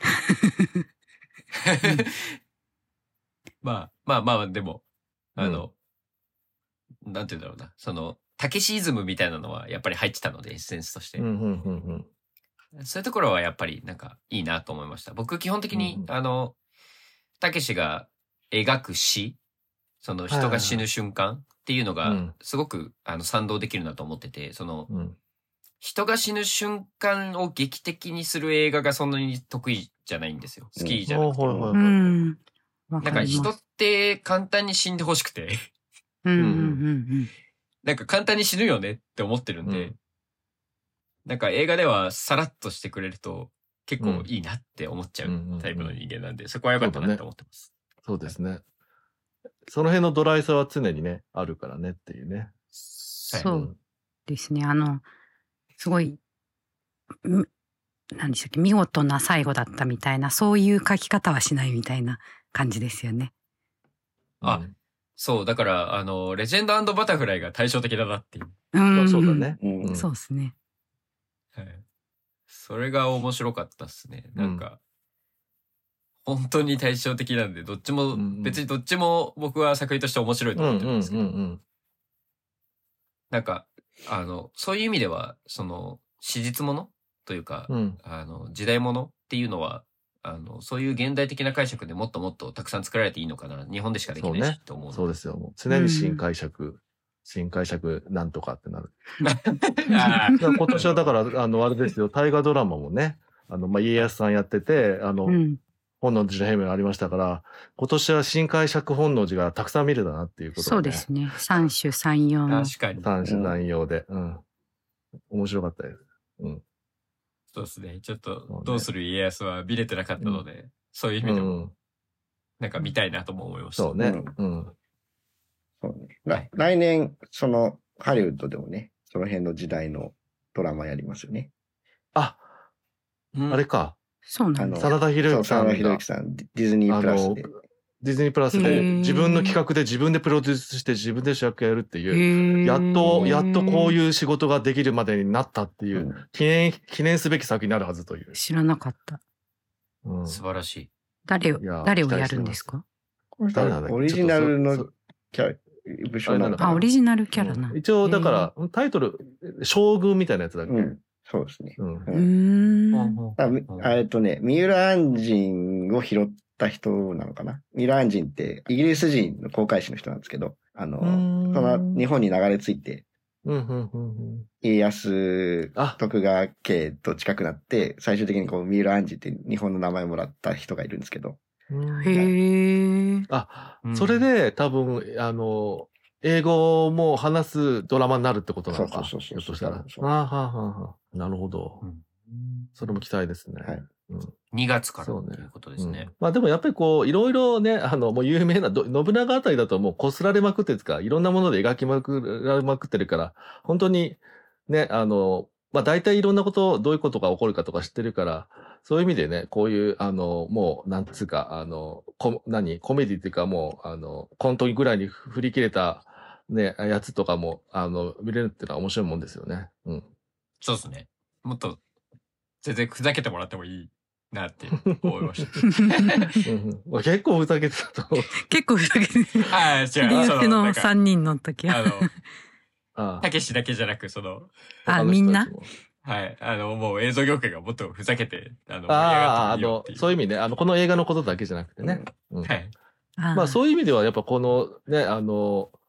まあ、まあまあ、でも、あの、なんて言うんだろうな。その、タケシイズムみたいなのはやっぱり入ってたので、エッセンスとして。 うん、うん、うん、うん。 そういうところはやっぱりなんかいいなと思いました。僕基本的に、 うんあの、たけしが描く詩、その人が死ぬ瞬間っていうのがうんすごく、あの賛同できるなと思ってて、その、 うん。 人が死ぬ瞬間を劇的にする映画がそんなに得意じゃないんですよ。好きじゃなくて。 はいはいはい。 うん。わなんかかります。 人って簡単に死んでほしくて、 うんうんうんなんか簡単に死ぬよねって思ってるんで、 うんなんか映画ではさらっとしてくれると結構いいなって思っちゃうタイプの人間なんで、そこは良かったなって思ってます。 そうですね。その辺のドライさは常にね、あるからねっていうね。 そうですね。あの、すごい、ん何でしたっけ、見事な最後だったみたいな、そういう書き方はしないみたいな感じですよね。 あうんそう、だから、あの、レジェンド&バタフライが対照的だなっていう。 うん。 まあそうだね。 うんうんそうですね。 はい。それが面白かったっすね。なんか、本当に対照的なんで、どっちも、 うんうん別にどっちも僕は作品として面白いとうん思ってるんですけど、 うんうんなんか、あの、そういう意味では、その、史実ものというか、 うんうん。 あの、時代ものっていうのは、あの、そういう現代的な解釈でもっともっとたくさん作られていいのかな。日本でしかできないしって思うので。 そうですよ。もう常に新解釈、新解釈なんとかってなる。 あーだから今年はだから、あの、あれですよ、大河ドラマもね、あの、まあ、家康さんやってて、あの、 うん。 本能寺の変がありましたから、今年は新解釈本能寺がたくさん見れたなっていうことそうですね。三種三様の。 確かに。 三種三様で、うん。面白かったです。うん。 そうですね。ちょっそうねと、どうする家康は見れてなかったので、そういう意味でも、 うん、 なんか見たいなとも思いました。 そうね。 ううん。 そうね。来来年、その、ハリウッドでもね、その辺の時代のドラマやりますよね。 あ、 うんあれか。 あのそうなんです。 真田広そう、佐野之さんが博之さん、ディズニープラスで。 ディズニープラスへでー自分の企画で自分でプロデュースして自分で主役やるっていう、 へーやっと、やっとこういう仕事ができるまでになったっていう、 うん記念、記念すべき作になるはずという。 知らなかった。 うん。 素晴らしい。 誰をいや、 誰をやるんですか？ これ誰なんだっけオリジナルのちょっとそキャラ、武将なのかあ、 な。 オリジナルキャラな。 うん一応、だから、タイトル、将軍みたいなやつだっけ、 うん、そうですね。 うんうーん。 あみえっとね、三浦安人を拾った人なのかな。三浦安人ってイギリス人の航海士の人なんですけど、あの、 うーんその日本に流れ着いて、 うん、うん、うん。 家康、 あ、 徳川家と近くなって、最終的にこう三浦安人って日本の名前をもらった人がいるんですけど、 うんへえ。 あう、んそれで多分、あの、英語も話すドラマになるってことなのか。 そうそうそうそうひょっとしたら。 そうそうああ、はあ、はあ、はあ。なるほど。 うんそれも期待ですね。 はいうんにがつからそうねということですねうん。まあでもやっぱりこう、いろいろね、あの、もう有名な、ど信長あたりだともうこすられまくってるか、いろんなもので描きまくられまくってるから、本当にね、あの、まあ大体いろんなこと、どういうことが起こるかとか知ってるから、そういう意味でね、こういう、あの、もう、なんつうか、あの、こ何コメディっていうかもう、あの、コントぐらいに振り切れた、ね、やつとかも、あの、見れるっていうのは面白いもんですよね。うん。 そうですね。もっと、全然ふざけてもらってもいいなって思いました。 うんうん、結構ふざけてたと思う。 結構ふざけてる。 ああ、違う。 リそーフののなんかさんにんの時は。 あの、 あたけしだけじゃなく、その、 あ、 他のみんな人たちもはい。あの、もう映像業界がもっとふざけて、あの、盛り上ああ、 があのってもいいよっていう。、 そういう意味ね、あの、この映画のことだけじゃなくてね。うんはい。 あまあそういう意味では、やっぱこのね、あの、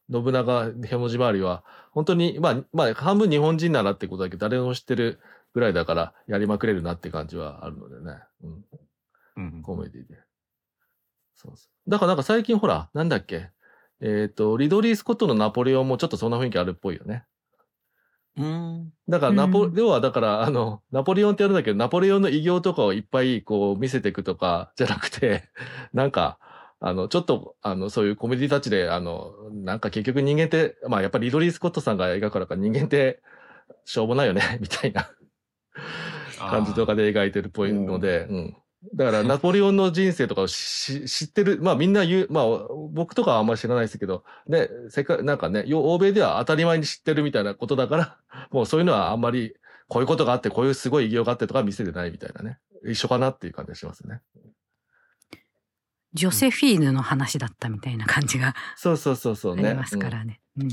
信長へもじ回りは、本当に、まあ、まあ、半分日本人ならってことだけど、誰も知ってるぐらいだから、やりまくれるなって感じはあるのでね。うん。 うんコメディで。そうそう。だからなんか最近ほら、なんだっけ。えっ、と、リドリー・スコットのナポレオンもちょっとそんな雰囲気あるっぽいよね。 うんだからナポ、 うん要はだから、あの、ナポレオンってやるんだけど、ナポレオンの偉業とかをいっぱいこう見せていくとかじゃなくて、なんか、あの、ちょっと、あの、そういうコメディタッチで、あの、なんか結局人間って、まあやっぱりリドリー・スコットさんが描くからか人間ってしょうもないよね、みたいな感じとかで描いてるっぽいので、うん。だからナポレオンの人生とかをし知ってる、まあみんな言う、まあ僕とかはあんまり知らないですけど、ね、世界、なんかね、よ欧米では当たり前に知ってるみたいなことだから、もうそういうのはあんまり、こういうことがあって、こういうすごい偉業があってとか見せてないみたいなね。一緒かなっていう感じがしますね。 ジョセフィーヌの話だったみたいな感じがそうそうそうそうね。 ありますかうんらね。うん。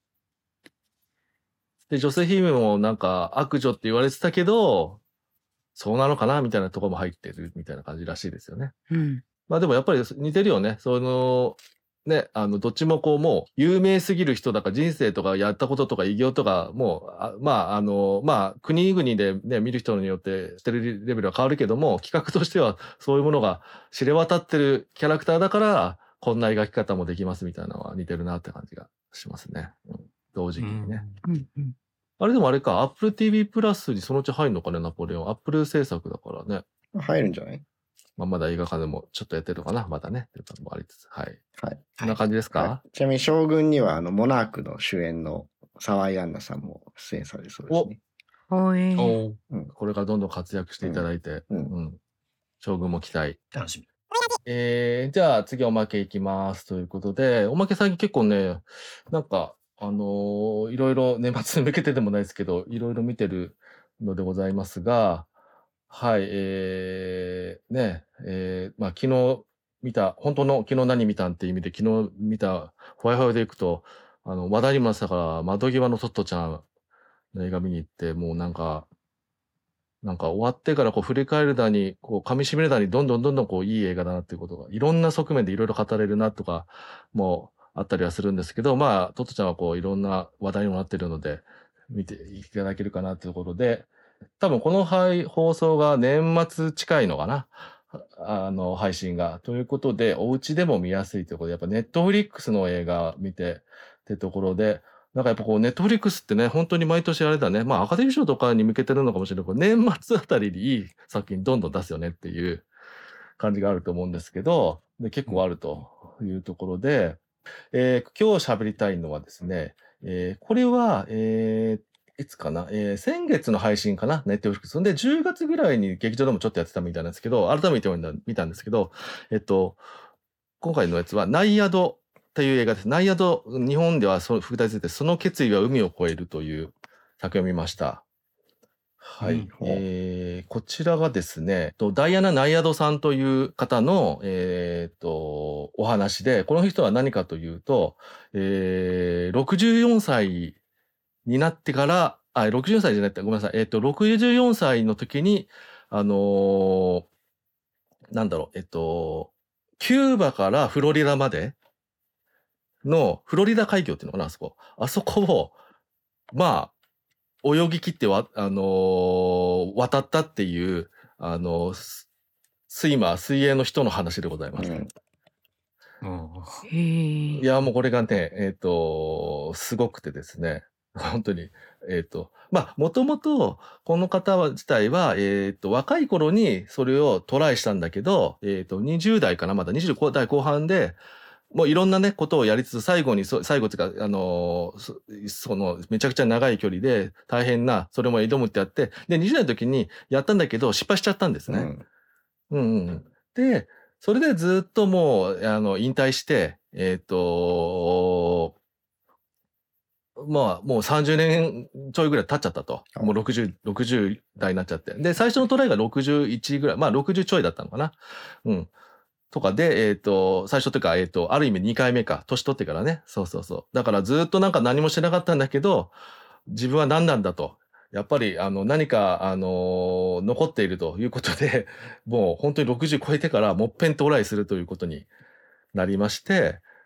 で、ジョセフィーヌもなんか悪女って言われてたけど、そうなのかなみたいなところも入ってるみたいな感じらしいですよね。 うん。 まあでもやっぱり似てるよね。その、ね、あの、どっちもこう、もう、有名すぎる人だから人生とかやったこととか偉業とか、もう、あまあ、あの、まあ、国々でね、見る人によってしてるレベルは変わるけども、企画としてはそういうものが知れ渡ってるキャラクターだから、こんな描き方もできますみたいなのは似てるなって感じがしますね。うん、同時期にね。 うん。うん。 あれでもあれか、Apple ティーブイ プラスにそのうち入るのかね、ナポレオン。Apple 制作だからね。 入るんじゃない？ まあ、まだ映画館でもちょっとやってるのかな、まだね。っていうのもありつつ。はい。 はい。 こんな感じですか、 はい、ちなみに将軍にはあのモナークの主演の沢井杏奈さんも出演されそうですね。 おえー、 おーうんこれからどんどん活躍していただいて、 うんうん将軍も期待。 楽しみ。 えー、じゃあ次おまけいきますということで、おまけ最近結構ね、なんか、あのーいろいろ年末に向けてでもないですけど、いろいろ見てるのでございますが、はい、えー、ね、えー、まあ昨日見た、本当の昨日何見たんっていう意味で、昨日見たホワイホワイでいくと、あの、話題にもなってたから、窓際のトットちゃんの映画見に行って、もうなんか、なんか終わってからこう振り返るだに、こう噛み締めるだにどんどんどんどんこういい映画だなっていうことが、いろんな側面でいろいろ語れるなとかもあったりはするんですけど、まあ、トットちゃんはこういろんな話題にもなってるので、見ていただけるかなっていうところで、多分この配放送が年末近いのかなあの、配信が。ということで、お家でも見やすいということで、やっぱネットフリックスの映画見てってところで、なんかやっぱこう、ネットフリックスってね、本当に毎年あれだね。まあ、アカデミー賞とかに向けてるのかもしれないけど、年末あたりにいい作品どんどん出すよねっていう感じがあると思うんですけど、で結構あるというところで、えー今日喋りたいのはですね、えーこれは、えーいつかな、えー先月の配信かな、ネットフリックス。で、じゅうがつぐらいに劇場でもちょっとやってたみたいなんですけど、改めて見たんですけど、えっと、今回のやつは、ナイアドっていう映画です。ナイアド、日本ではその副題ついて、その決意は海を越えるという作品を見ました。はい。 うんえーこちらがですね、とダイアナ・ナイアドさんという方の、えーと、お話で、この人は何かというと、えーろくじゅうよんさいになってから、あ、ろくじゅうよんさいじゃなくて、ごめんなさい。えっ、と、ろくじゅうよんさいの時に、あのーなんだろう、えっと、キューバからフロリダまでの、フロリダ海峡っていうのかな、あそこ。あそこを、まあ、泳ぎ切ってわ、あのー渡ったっていう、あのーススイマー、水泳の人の話でございます。 うんもへえ。 いや、もうこれがね、えっ、と、すごくてですね、本当に、えっ、と、まあ、もともと、この方は自体は、えっ、と、若い頃にそれをトライしたんだけど、えっ、と、にじゅう代かな、まだにじゅう代後半で、もういろんなね、ことをやりつつ、最後にそ、最後っていうか、あのーそ、その、めちゃくちゃ長い距離で、大変な、それも挑むってやって、で、にじゅう代の時にやったんだけど、失敗しちゃったんですね。 うんうんうんうん。で、それでずっともう、あの、引退して、えっ、と、まあ、もうさんじゅうねんちょいぐらい経っちゃったと。もうろくじゅう、ろくじゅう代になっちゃって。で、最初のトライがろくじゅういちぐらい、まあろくじゅうちょいだったのかな。うん。とかで、えっ、と、最初というか、えっ、と、ある意味にかいめか。年取ってからね。そうそうそう。だからずっとなんか何もしてなかったんだけど、自分は何なんだと。やっぱり、あの、何か、あの残っているということで、もう本当にろくじゅう超えてからもっぺんトライするということになりまして、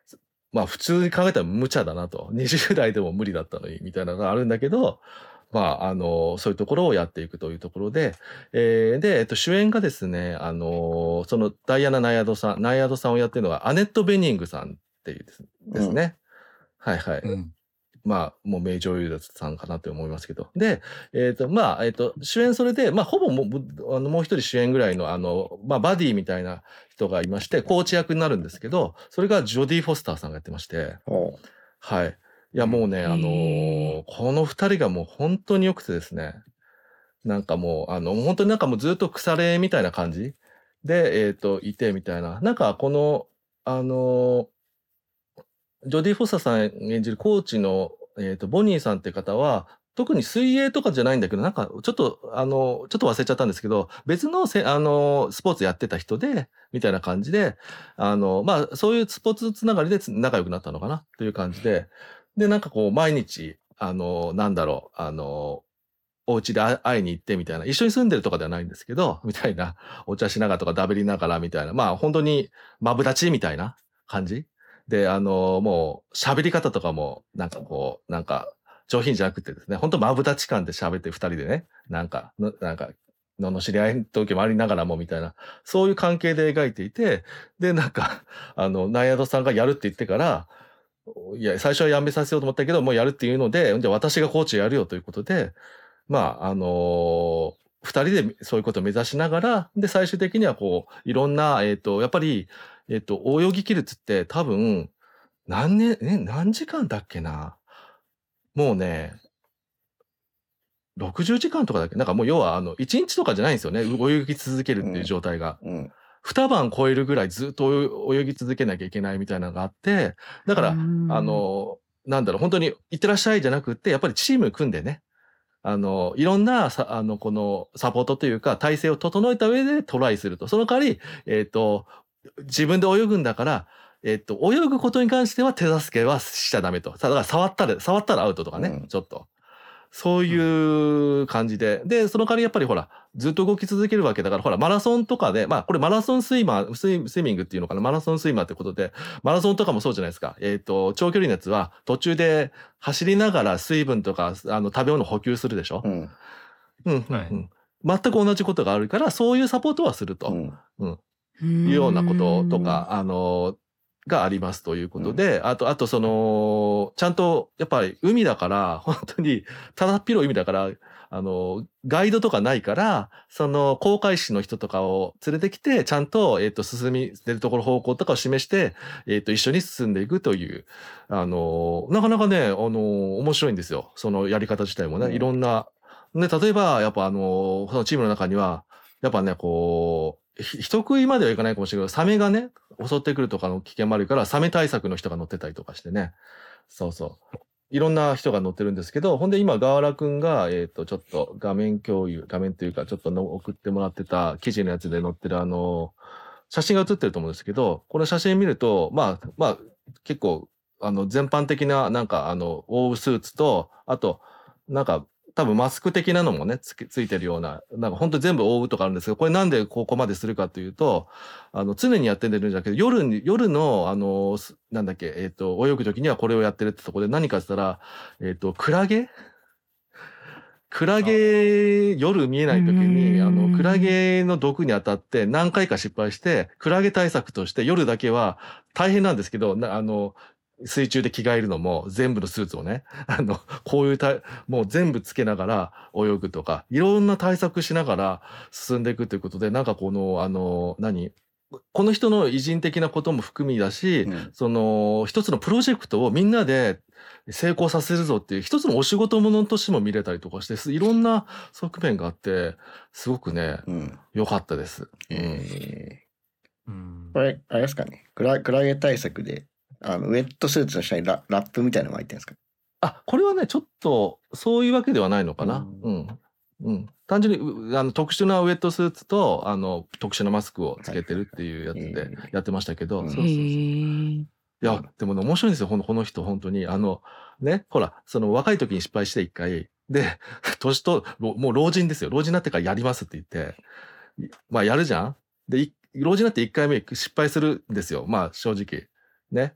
まあ普通に考えたら無茶だなと。にじゅう代でも無理だったのに、みたいなのがあるんだけど、まあ、あの、そういうところをやっていくというところで、えー、で、えっと、主演がですね、あの、そのダイアナ・ナイアドさん、ナイアドさんをやってるのがアネット・ベニングさんっていうですですね。はいはい。 うん。 まあ、もう名女優さんかなと思いますけど。で、えっ、と、まあ、えっ、と、主演それで、まあ、ほぼもう、あの、もう一人主演ぐらいの、あの、まあ、バディみたいな人がいまして、コーチ役になるんですけど、それがジョディ・フォスターさんがやってまして、 おうはい。いや、もうね、 へあのーーこの二人がもう本当に良くてですね、なんかもう、あの、本当になんかもうずっと腐れみたいな感じで、えっ、と、いてみたいな。なんか、この、あのージョディ・フォスターさん演じるコーチの、えっ、と、ボニーさんって方は、特に水泳とかじゃないんだけど、なんか、ちょっと、あの、ちょっと忘れちゃったんですけど、別のせ、あの、スポーツやってた人で、みたいな感じで、あの、まあ、そういうスポーツつながりでつ仲良くなったのかな、という感じで、で、なんかこう、毎日、あの、なんだろう、あの、お家で会いに行ってみたいな、一緒に住んでるとかではないんですけど、みたいな、お茶しながらとかダベりながらみたいな、まあ本当にマブダチみたいな感じで、あの、もう喋り方とかも、なんかこう、なんか上品じゃなくてですね、本当マブダチ感で喋って二人でね、なんか、のなんか、のの知り合いの時もありながらもみたいな、そういう関係で描いていて、で、なんか、あの、ナイアドさんがやるって言ってから、いや、最初はやめさせようと思ったけど、もうやるっていうので、じゃあ私がコーチをやるよということで、まあ、あのー二人でそういうことを目指しながら、で、最終的にはこう、いろんな、えっ、と、やっぱり、えっ、と、泳ぎ切るっつって多分、何年、え、何時間だっけな。もうね、ろくじゅうじかんとかだっけなんかもう要は、あの、いちにちとかじゃないんですよね。泳ぎ続けるっていう状態が。 うん。 二晩超えるぐらいずっと泳ぎ続けなきゃいけないみたいなのがあって、だから、あうんの、なんだろう、本当に、いってらっしゃいじゃなくって、やっぱりチーム組んでね、あの、いろんなさ、あの、このサポートというか、体制を整えた上でトライすると。その代わり、えっ、と、自分で泳ぐんだから、えっ、と、泳ぐことに関しては手助けはしちゃダメと。だから触ったら、触ったらアウトとかね、 うんちょっと。そういう感じで。で、その代わりやっぱりほら、ずっと動き続けるわけだから、ほら、マラソンとかで、まあ、これマラソンスイマー、スイスイミングっていうのかな、マラソンスイマーってことで、マラソンとかもそうじゃないですか。えっ、と、長距離のやつは途中で走りながら水分とか、あの、食べ物補給するでしょ。 うん。 うん、うん、 はいうん。全く同じことがあるから、そういうサポートはすると。 うん。 いうようなこととか、あの、がありますということで、あと、あとその、ちゃんと、やっぱり海だから、本当に、ただっ広い海だから、あの、ガイドとかないから、その、航海士の人とかを連れてきて、ちゃんと、えっと、進み、出るところ方向とかを示して、えっと、一緒に進んでいくという、あの、なかなかね、あの、面白いんですよ。そのやり方自体もね、 うんいろんな、ね、例えば、やっぱあの、そのチームの中には、やっぱね、こう、ひ人食いまではいかないかもしれないけど、サメがね、襲ってくるとかの危険もあるから、サメ対策の人が乗ってたりとかしてね。そうそう。いろんな人が乗ってるんですけど、ほんで今、ガーラくんが、えっ、と、ちょっと画面共有、画面というか、ちょっとの送ってもらってた記事のやつで載ってるあの、写真が写ってると思うんですけど、この写真見ると、まあ、まあ、結構、あの、全般的な、なんか、あの、覆うスーツと、あと、なんか、多分マスク的なのもね、つけついてるような、なんか本当に全部覆うとかあるんですけど、これなんでここまでするかというと、あの、常にやってるんじゃなくて、夜に、夜の、あの、すなんだっけ、えっ、と、泳ぐときにはこれをやってるってところで何かって言ったら、えっ、と、クラゲクラゲ、夜見えないときに、 うんあの、クラゲの毒に当たって何回か失敗して、クラゲ対策として夜だけは大変なんですけど、なあの、水中で着替えるのも全部のスーツをね、あの、こういうたもう全部つけながら泳ぐとか、いろんな対策しながら進んでいくということで、なんかこの、あの、何この人の偉人的なことも含みだし、 うんその、一つのプロジェクトをみんなで成功させるぞっていう、一つのお仕事ものとしても見れたりとかして、すいろんな側面があって、すごくね、 うん。 良かったです。うん。 えうんー、これ、あれですかね。クラクラゲ対策で、あの、ウェットスーツの下にララップみたいなのが入ってるんですか？ あ、これはね、ちょっと、そういうわけではないのかな。 ううんん。うん。単純にう、あの、特殊なウェットスーツと、あの、特殊なマスクをつけてるっていうやつはいでやってましたけど、 うんそうそうそう。 へえ。 いや、でもね、面白いんですよ、このこの人、本当に。あの、ね、ほら、その若い時に失敗して一回、で、年と、ろもう老人ですよ。老人になってからやりますって言って、いまあやるじゃんで、い老人になって一回目失敗するんですよ。まあ正直。ね。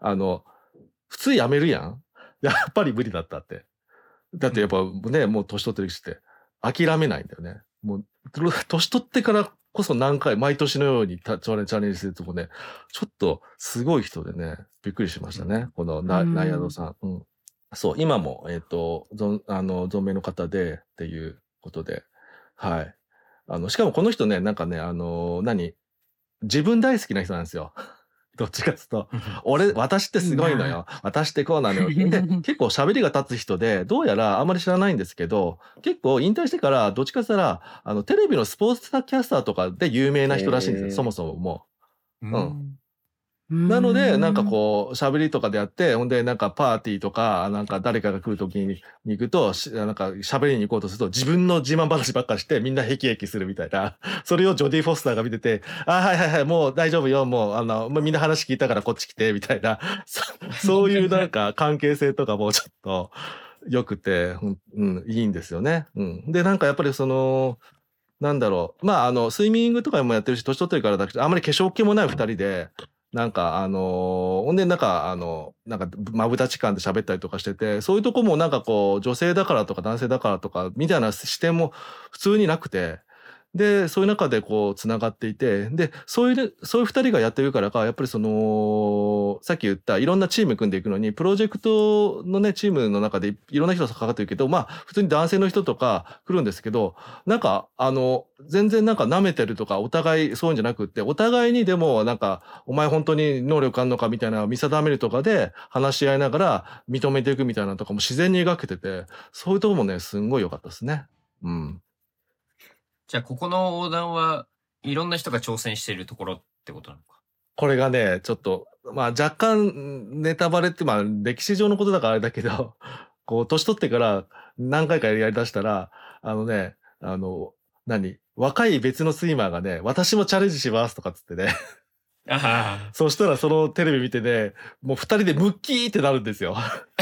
あの、普通やめるやん。やっぱり無理だったって。だってやっぱね、もう年取ってるしって諦めないんだよね。もう、年取ってからこそ何回、毎年のようにチャレンジ、チャレンジするとこね、ちょっとすごい人でね、びっくりしましたね。このナ、ナイアドさん。うん。そう、今も、えっ、と、ぞあの、存命の方でっていうことで、はい。あの、しかもこの人ね、なんかね、あの、何自分大好きな人なんですよ。どっちかっていうと、俺、私ってすごいのよ。私ってこうなのよ。で、結構喋りが立つ人で、どうやらあんまり知らないんですけど、結構引退してから、どっちかって言ったら、あの、テレビのスポーツキャスターとかで有名な人らしいんですよ。 へーそもそももう。うん。 うんなので、なんかこう、喋りとかでやって、ほんで、なんかパーティーとか、なんか誰かが来るときに行くと、しなんか喋りに行こうとすると、自分の自慢話ばっかりして、みんなヘキヘキするみたいな。それをジョディ・フォスターが見てて、あ、はいはいはい、もう大丈夫よ、もう、あの、もうみんな話聞いたからこっち来て、みたいな。そそういうなんか関係性とかもちょっと良くて、うん、うんいいんですよね。うん。で、なんかやっぱりその、なんだろう。まあ、あの、スイミングとかもやってるし、年取ってるからだけど、あんまり化粧気もない二人で、なんか、あのーほんで、なんか、あの、なんか、まぶたち感で喋ったりとかしてて、そういうとこもなんかこう、女性だからとか男性だからとか、みたいな視点も普通になくて、で、そういう中でこう、つながっていて、で、そういう、そういう二人がやってるからか、やっぱりその、さっき言ったいろんなチーム組んでいくのに、プロジェクトのね、チームの中でいろんな人が関わってるけど、まあ、普通に男性の人とか来るんですけど、なんか、あの、全然なんか舐めてるとか、お互いそういうんじゃなくって、お互いにでもなんか、お前本当に能力あんのかみたいな見定めるとかで話し合いながら認めていくみたいなのとかも自然に描けてて、そういうとこもね、すんごい良かったですね。うん。 じゃあ、ここの横断はいろんな人が挑戦しているところってことなのか。 これがね、ちょっと、まあ若干ネタバレって、まあ歴史上のことだからあれだけど、こう、年取ってから何回かやり出したら、あのね、あの、何若い別のスイマーがね、私もチャレンジしますとかっつってね。 あそしたらそのテレビ見てね、もう二人でムッキーってなるんですよ。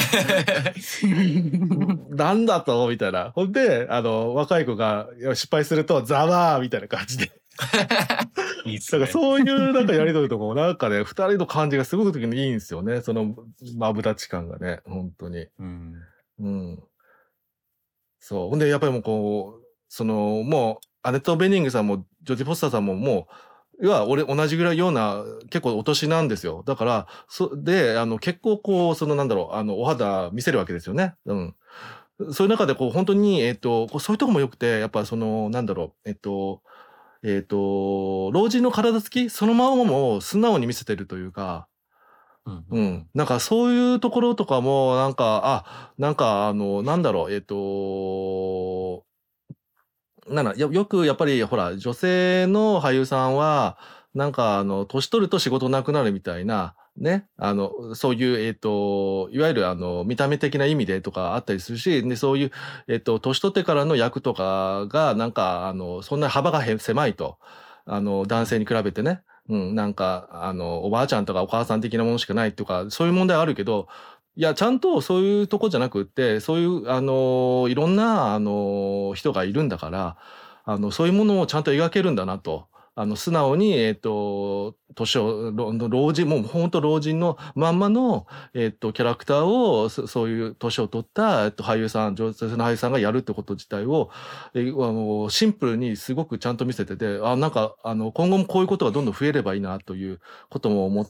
なんだとみたいな。ほんで、あの、若い子がいや失敗すると、ざわーみたいな感じで。 いいっすねだから。そういうなんかやりとりとかもなんかね、二人の感じがすごく時にいいんですよね。そのまぶたち感がね、本当に。 うん。 うん。そう。ほんで、やっぱりもうこう、その、もう、アネット・ベニングさんも、ジョージ・フォスターさんももう、いや、俺同じぐらいような、結構お年なんですよ。だから、そ、で、あの、結構こう、そのなんだろう、あの、お肌見せるわけですよね。うん。そういう中でこう、本当に、えっと、こうそういうとこも良くて、やっぱその、なんだろう、えっと、えっと、老人の体つきそのままも素直に見せてるというか、 うんう。ん。なんかそういうところとかも、なんか、あ、なんかあの、なんだろう、えっと、なんだ、よ、よくやっぱりほら、女性の俳優さんは、なんかあの、年取ると仕事なくなるみたいな、ね、あの、そういう、えっと、いわゆるあの、見た目的な意味でとかあったりするし、で、そういう、えっと、年取ってからの役とかが、なんか、あの、そんな幅がへ狭いと、あの、男性に比べてね、うん、なんか、あの、おばあちゃんとかお母さん的なものしかないとか、そういう問題あるけど、いや、ちゃんとそういうとこじゃなくって、そういう、あの、いろんな、あの、人がいるんだから、あの、そういうものをちゃんと描けるんだなと。あの、素直に、えっと、年を、老老人、もう本当老人のまんまの、えっと、キャラクターを、そそういう年を取った、えっと、俳優さん、女性の俳優さんがやるってこと自体を、え、あの、シンプルにすごくちゃんと見せてて、あ、なんか、あの、今後もこういうことがどんどん増えればいいなということも思って、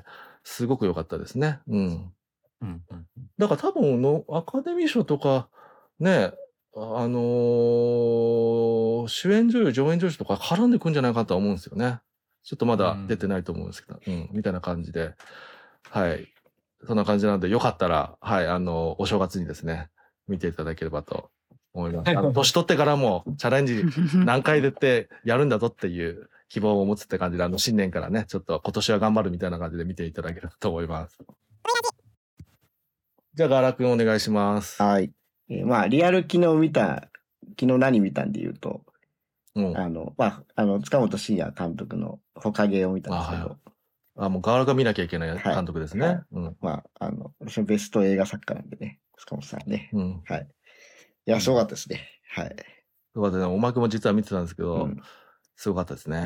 すごく良かったですね。うん。 うん。うん。 だから多分のアカデミー賞とかね、あのー主演女優、助演女優とか絡んでくんじゃないかとは思うんですよね。ちょっとまだ出てないと思うんですけど、うん、みたいな感じで。はい。そんな感じなので、よかったら、はい、あの、お正月にですね、見ていただければと思います。あの、年取ってからもチャレンジ何回出てやるんだぞっていう希望を持つって感じで、あの、新年からね、ちょっと今年は頑張るみたいな感じで見ていただければと思います。じゃあ、ガーラ君お願いします。 はい。えーまあ、リアル昨日見た、昨日何見たんで言うと、 うん。 あの、まあ、あの、塚本慎也監督のほかげを見たんですけど、 あ、もうガーラが見なきゃいけないはい監督ですね。 はいうん。 まあ、あの、私のベスト映画作家なんでね、塚本さんね。 うん。 はい。いや、すごかったですね。はい。 そうだね。おまくも実は見てたんですけど、 うんすごかったですね。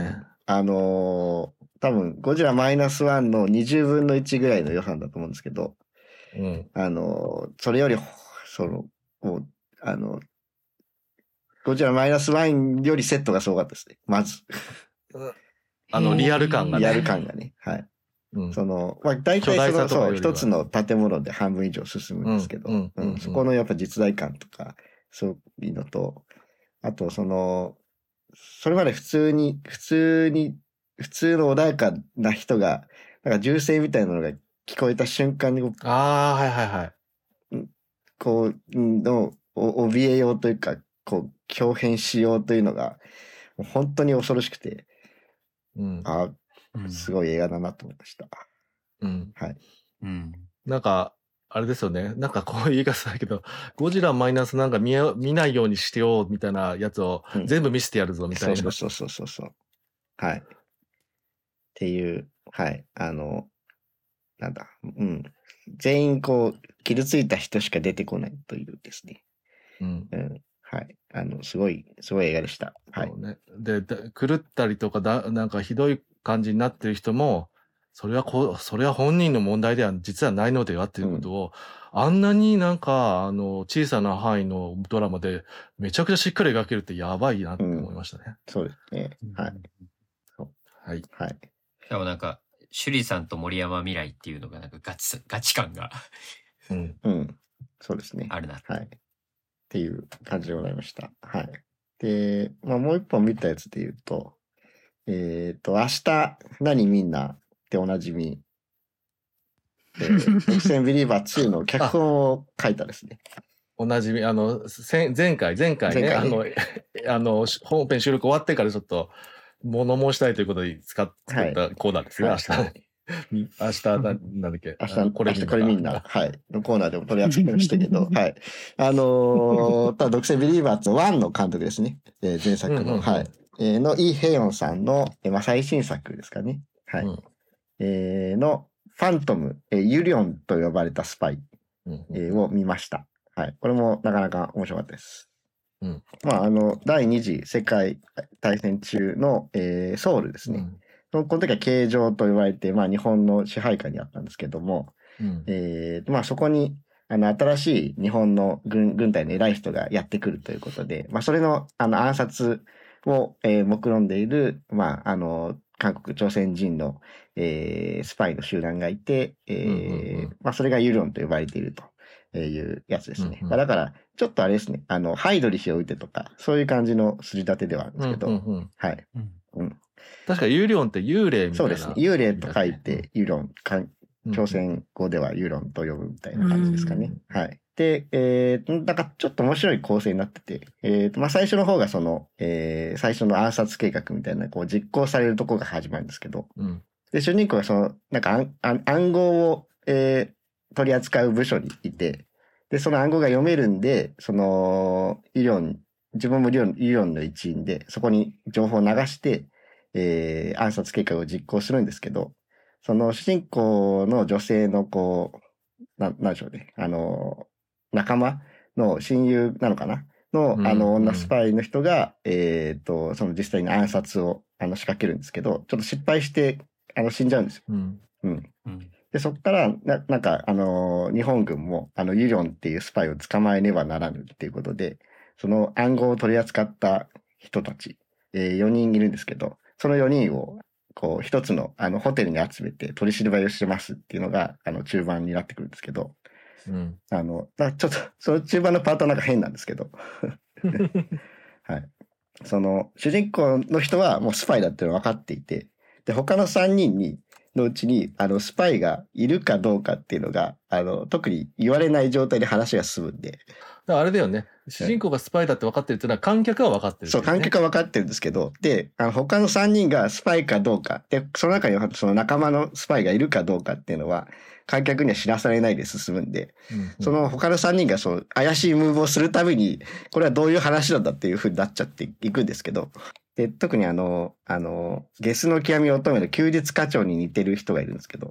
あのー多分、ゴジラマイナスワンのにじゅうぶんのいちぐらいの予算だと思うんですけど、 うん。 あのーそれより、その、もう、あの、ゴジラマイナスワンよりセットがすごかったですね。まず。 あの、リアル感がね。 リアル感がね。はい。 うん。 その、まあ、大体巨大その、そう、 さとかよりは一つの建物で半分以上進むんですけど、 うんうんうんうんそこのやっぱ実在感とか、そういうのと、あとその、それまで普通に、普通に、普通の穏やかな人が、なんか銃声みたいなのが聞こえた瞬間にこう、 ああ、はいはいはい。 こう、うんの、お怯えようというか、こう、表変しようというのが、もう本当に恐ろしくて、 うん。 あうんすごい映画だなと思いました。 うん。 はい。 うん。 なんか、あれですよね。なんかこういう言い方だけど、ゴジラマイナスなんか見え見ないようにしてようみたいなやつをうん全部見せてやるぞみたいな。 そうそうそうそうそう。はい。っていう、はい。あの、なんだ、うん。全員こう、傷ついた人しか出てこないというですね。 うん。 うん。はい。あの、すごい、すごい映画でした。はいそ。うね。で、だ狂ったりとかだ、なんかひどい感じになってる人も、それはこう、それは本人の問題では実はないのではっていうことを、あんなになんか、あの、小さな範囲のドラマでめちゃくちゃしっかり描けるってやばいなって思いましたね。 そうですね。はい。 はい。 はい。 しかもなんか、趣里さんと森山未来っていうのがなんかガチさ、ガチ感がうん。 うん。そうですね。 あるな。 はい。っていう感じでございました。はい。で、まあ、もう一本見たやつで言うと、えっ、と、明日、何みんなっておなじみ、えー、独占ビリーバーツーの脚本を書いたですね。 おなじみ、あの、せん前回、前回ね、 前回ねあの、あの、し本編収録終わってからちょっと、物申したいということで使っ作ったコーナーですね、 はい明日。み明日な、なんだっけ明日、 あのこれ明日これみんな、 かはい、のコーナーでも取り扱いましたけど、はい。あのー、ただ、独占ビリーバーズワンの監督ですね。えー前作の、 うんうんうんはい。えーのイ・ヘヨンさんの、えーまあ、最新作ですかね。はい。 うんえーの、ファントム、えーユリオンと呼ばれたスパイ、 うんえーを見ました。はい。これもなかなか面白かったです。 うんまあ、あの、第二次世界大戦中の、えーソウルですね。この時は形状と言われて、まあ、日本の支配下にあったんですけども、 うんえーまあ、そこにあの新しい日本の軍軍隊の偉い人がやってくるということで、まあ、それのあの暗殺を、えー目論んでいる、まあ、あの韓国朝鮮人の、えースパイの集団がいて、えーうんうんうんまあ、それがユリョンと呼ばれているというやつですね。 うんうんまあだからちょっとあれですね、あのハイドリ氏を打てとかそういう感じの筋立てではあるんですけど、 うんうんうんはい、 うんうん、 確かユーリオンって幽霊みたいな。 そうですね。幽霊と書いて、ユロン、かうん朝鮮語ではユロンと呼ぶみたいな感じですかね。 うんはい。で、えー、なんかちょっと面白い構成になってて、えーと、まあ、最初の方がその、えー、最初の暗殺計画みたいな、こう実行されるところが始まるんですけど、 うんで、主人公がその、なんか暗暗暗号を、えー、取り扱う部署にいて、で、その暗号が読めるんで、その、ユリオン、自分もユリオンユリオンの一員で、そこに情報を流して、えー暗殺計画を実行するんですけど、その主人公の女性のこう、ななんでしょうね、あの、仲間の親友なのかなの、 うんあの、 うん女スパイの人が、えっと、その実際に暗殺をあの仕掛けるんですけど、ちょっと失敗して、あの、死んじゃうんですよ。 うんうん。 うんで、そこから、な、なんか、あのー日本軍も、あの、ユリョンっていうスパイを捕まえねばならぬっていうことで、その暗号を取り扱った人たち、えー、よにんいるんですけど、そのよにんを、こう、一つの、あの、ホテルに集めて取り調べをしてますっていうのが、あの、中盤になってくるんですけど、 うんあの、だちょっと、その中盤のパートはなんか変なんですけど、はい。その、主人公の人はもうスパイだっていうの分かっていて、で、他のさんにんに、のうちに、あの、スパイがいるかどうかっていうのが、あの、特に言われない状態で話が進むんで、 だからあれだよね。主人公がスパイだって分かってるっていうのは観客は分かってるっていそう、 ね、 観客は分かってるんですけど、で、あの、他のさんにんがスパイかどうか、で、その中にはその仲間のスパイがいるかどうかっていうのは、観客には知らされないで進むんで、 うんうんその他のさんにんがそう怪しいムーブをするたびに、これはどういう話なんだっていう風になっちゃっていくんですけど、で、特にあの、あの、ゲスの極み乙女の休日課長に似てる人がいるんですけど、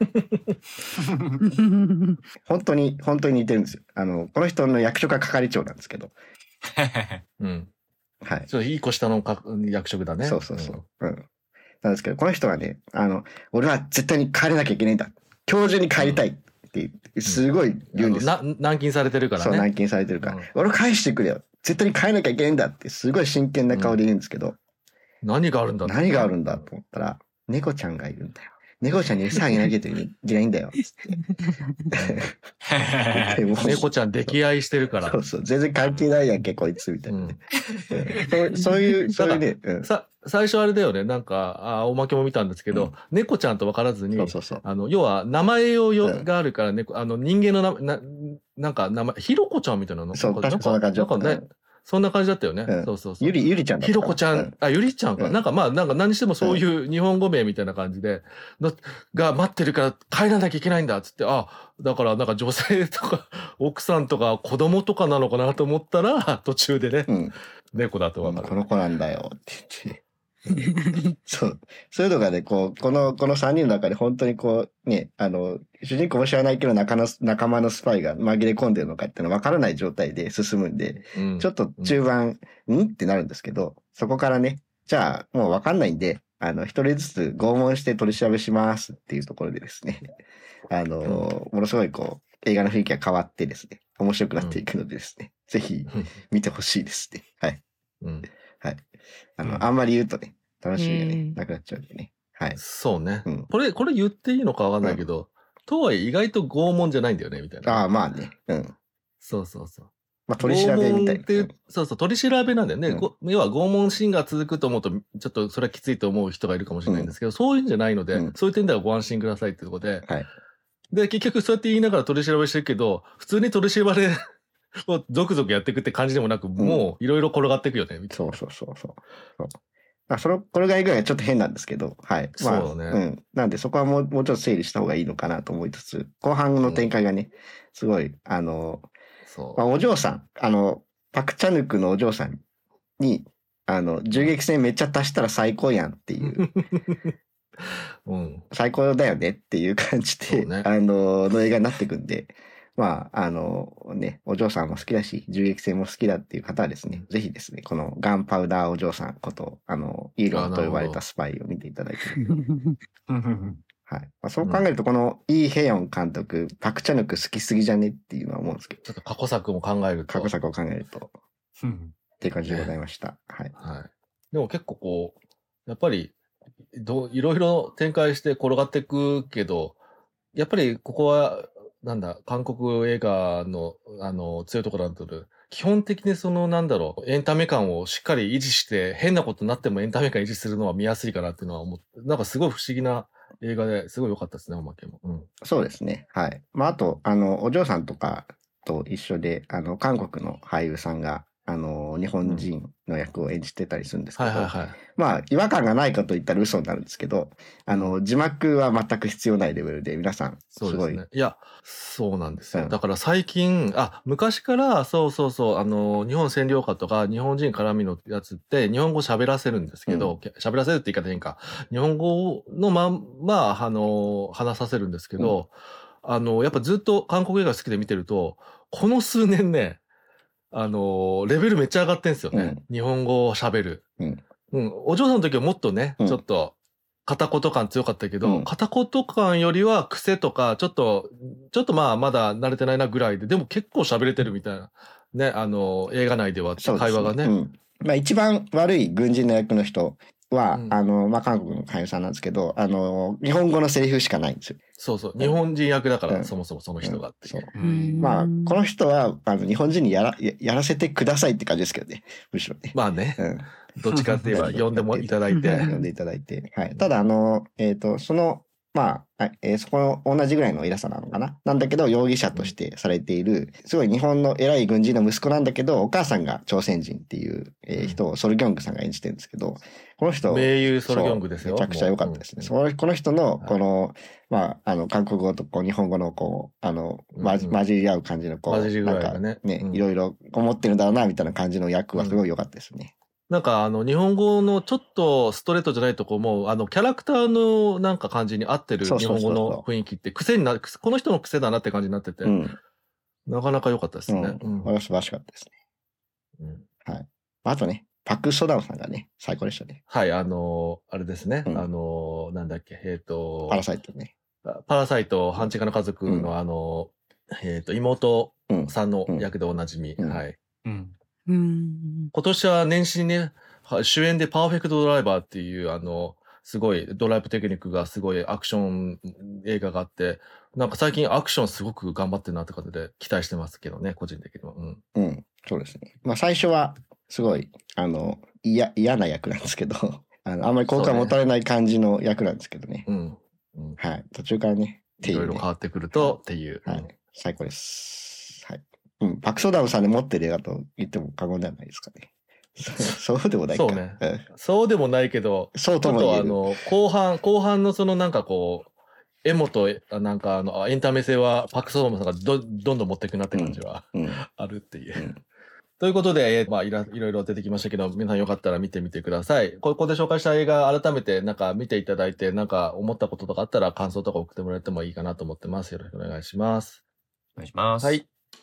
本当に、本当に似てるんですよ。あの、この人の役職が係長なんですけど、 うん。 はい。 ちょっといい子下のか役職だね。 そうそうそう。うん。 なんですけど、この人はね、あの、俺は絶対に帰れなきゃいけないんだ。今日中に帰りたいって言って、すごい言うんです。 な軟禁されてるからね。 そう、軟禁されてるから。 うん俺を返してくれよ。絶対に帰らなきゃいけないんだって、すごい真剣な顔で言うんですけど、 何があるんだって何があるんだと思ったら、猫ちゃんがいるんだよ。猫ちゃんに餌あげなきゃいけないんだよ。つってでも猫ちゃん溺愛してるからそ。うそう、全然関係ないやんけ、こいつ、みたいなね。そうそういう、そういうね、うんさ、最初あれだよね。なんか、あおまけも見たんですけど、 うん猫ちゃんと分からずに、 そうそうそう。 あの、要は、名前をよ、 うんがあるから、猫、あの、人間の名前、な、なんか名前、ひろこちゃんみたいなのそうなん確かそんな感じだったなんかね、そんな感じだったよね。 うんそうそうそう。 ゆり、ゆりちゃんだったひかなろこちゃん、あ、ゆりちゃんか。 うんなんかまあ、なんか何してもそういう日本語名みたいな感じで、のが待ってるから帰らなきゃいけないんだっつって、あ、だからなんか女性とか奥さんとか子供とかなのかなと思ったら、途中でね、 うん。 猫だとうん分かる。 この子なんだよって言って。そう。そういうのがね、こう、この、このさんにんの中で本当にこう、ね、あの、主人公も知らないけど仲の仲間のスパイが紛れ込んでるのかっていうの分からない状態で進むんで、 うんちょっと中盤、んってなるんですけど、そこからね、じゃあもう分かんないんで、あの、一人ずつ拷問して取り調べしますっていうところでですね、あの、ものすごいこう、映画の雰囲気が変わってですね、面白くなっていくのでですね、ぜひ見てほしいですね。はい。 うんはい。あの、 うんあんまり言うとね、楽しみがねうん、 なくなっちゃうんでね。はい。 そうね、 うんこれ、これ言っていいのかわかんないけど、とはいえ意外と拷問じゃないんだよね、みたいな。 ああ、まあね。うん。 そうそうそう。 まあ、取り調べみたいな。 拷問っていう、そうそう、取り調べなんだよね。 うんご要は拷問シーンが続くと思うと、ちょっとそれはきついと思う人がいるかもしれないんですけど、そういうんじゃないので、 うんそういう点ではご安心くださいってところで、 はい。 で、結局そうやって言いながら取り調べしてるけど、普通に取り調べを続々やっていくって感じでもなく、もういろいろ転がっていくよね、みたいな。 そうそうそうそう。そうあその、これがいくらいちょっと変なんですけど、はい。まあ、 そうねん。なんでそこはもう、もうちょっと整理した方がいいのかなと思いつつ、後半の展開がね、すごい、あの、 そう。 まあ、お嬢さん、あの、パクチャヌクのお嬢さんに、あの、銃撃戦めっちゃ足したら最高やんっていう、 うん。 最高だよねっていう感じで、 そうねあの、の映画になっていくんで、まあ、あの、ね、お嬢さんも好きだし、銃撃戦も好きだっていう方はですね、ぜひですね、このガンパウダーお嬢さんこと、あの、イーロンと呼ばれたスパイを見ていただいて、はい。まあ、そう考えると、このイ・ヘヨン監督、パクチャヌク好きすぎじゃねっていうのは思うんですけど、 ちょっと過去作も考えると。 過去作を考えると、っていう感じでございました。はい。 はい。でも結構こう、やっぱり、どういろいろ展開して転がっていくけど、やっぱりここは、なんだ、韓国映画の、あの、強いところなんだけど、基本的にその、なんだろう、エンタメ感をしっかり維持して、変なことになってもエンタメ感維持するのは見やすいかなっていうのは思って、なんかすごい不思議な映画ですごい良かったですね、おまけも。うん。 そうですね。はい。まあ、あと、あの、お嬢さんとかと一緒で、あの、韓国の俳優さんが、あの、日本人の役を演じてたりするんですけど、 はいはいはい。 まあ、違和感がないかと言ったら嘘になるんですけど、あの、字幕は全く必要ないレベルで、皆さん、すごい。 そうですね。いや、そうなんですよ。 うんだから最近、あ、昔から、そうそうそう、あの、日本占領下とか日本人絡みのやつって日本語喋らせるんですけど、喋、らせるって言い方変か。日本語のまんま、あの、話させるんですけど、あの、やっぱずっと韓国映画好きで見てると、この数年ね、あの、レベルめっちゃ上がってんですよね。日本語を喋る。 うん。 うん。お嬢さんの時はもっとね、 うんちょっと、片言感強かったけど、 うん片言感よりは癖とか、ちょっと、ちょっとまあ、まだ慣れてないなぐらいで、でも結構喋れてるみたいな。ね、あの、映画内ではそうです会話がね。 うん。まあ、一番悪い軍人の役の人は、 うんあの、まあ、韓国の俳優さんなんですけど、あの、日本語のセリフしかないんですよ。 そうそう。日本人役だから、 うんそもそもその人がっていう。 そう。 うんまあ、この人は、あの、日本人にやら、ややらせてくださいって感じですけどね。むしろね。 まあね、 うん。 どっちかって言えば呼んでもいただいて。 呼んでいただいて。はい。ただ、あの、えっ、と、その、まあ、はいえーそこの同じぐらいの偉さなのかななんだけど、容疑者としてされている、すごい日本の偉い軍人の息子なんだけど、お母さんが朝鮮人っていう、えー人をソルギョングさんが演じてるんですけど、この人、 名優ソルギョングですよ。 そうめちゃくちゃ良かったですね。 もうそのこの人の、 はいこの、まあ、あの、韓国語とこう日本語の、こう、あの、まじ、 うんうん混じり合う感じの、こう、 混じり具合なんかがねね、 うんいろいろ思ってるんだろうな、みたいな感じの役はすごい良かったですね。 なんかあの日本語のちょっとストレートじゃないとこもあのキャラクターのなんか感じに合ってる日そうそうそうそう本語の雰囲気って癖になるこの人の癖だなって感じになってて、 うん。 なかなか良かったですね。 うん。これは素晴らしかったですね。 うんはい。あとね、 パク・ソダンさんがね、最高でしたね。 はい、あのーあれですね。 うんあのーなんだっけ、えっ、とパラサイトね。 パラサイト、半地下の家族の、 うんあのーえっ、と、妹うん。 さんの役でおなじみ。 うんはい。 うん。 うん。 今年は年始にね、は主演でパーフェクトドライバーっていう、あの、すごいドライブテクニックがすごいアクション映画があって、なんか最近アクションすごく頑張ってるなってことで期待してますけどね、個人的には。うん。 うん。そうですね。まあ最初は、すごい、あの、嫌、嫌な役なんですけど、あの、あんまり好感持たれない感じの役なんですけどね。 うん。うん。 はい。途中からね、っていろいろいうね。 変わってくるとっていう。 はい。最高です。はい。うん。パク・ソダムさんで持ってる映画と言っても過言ではないですかね。そうそうでもないか。 そうねうん。 そうでもないけど、 そうちょっとも言える。 とあの、後半、後半のそのなんかこう、エモと、あなんかあの、エンタメ性はパク・ソダムさんがどどんどん持っていくなって感じはうん。 あるっていう。 うんということで、えーまあいら、いろいろ出てきましたけど、皆さんよかったら見てみてください。ここで紹介した映画、改めてなんか見ていただいて、なんか思ったこととかあったら感想とか送ってもらえてもいいかなと思ってます。よろしくお願いします。 お願いします。 はい。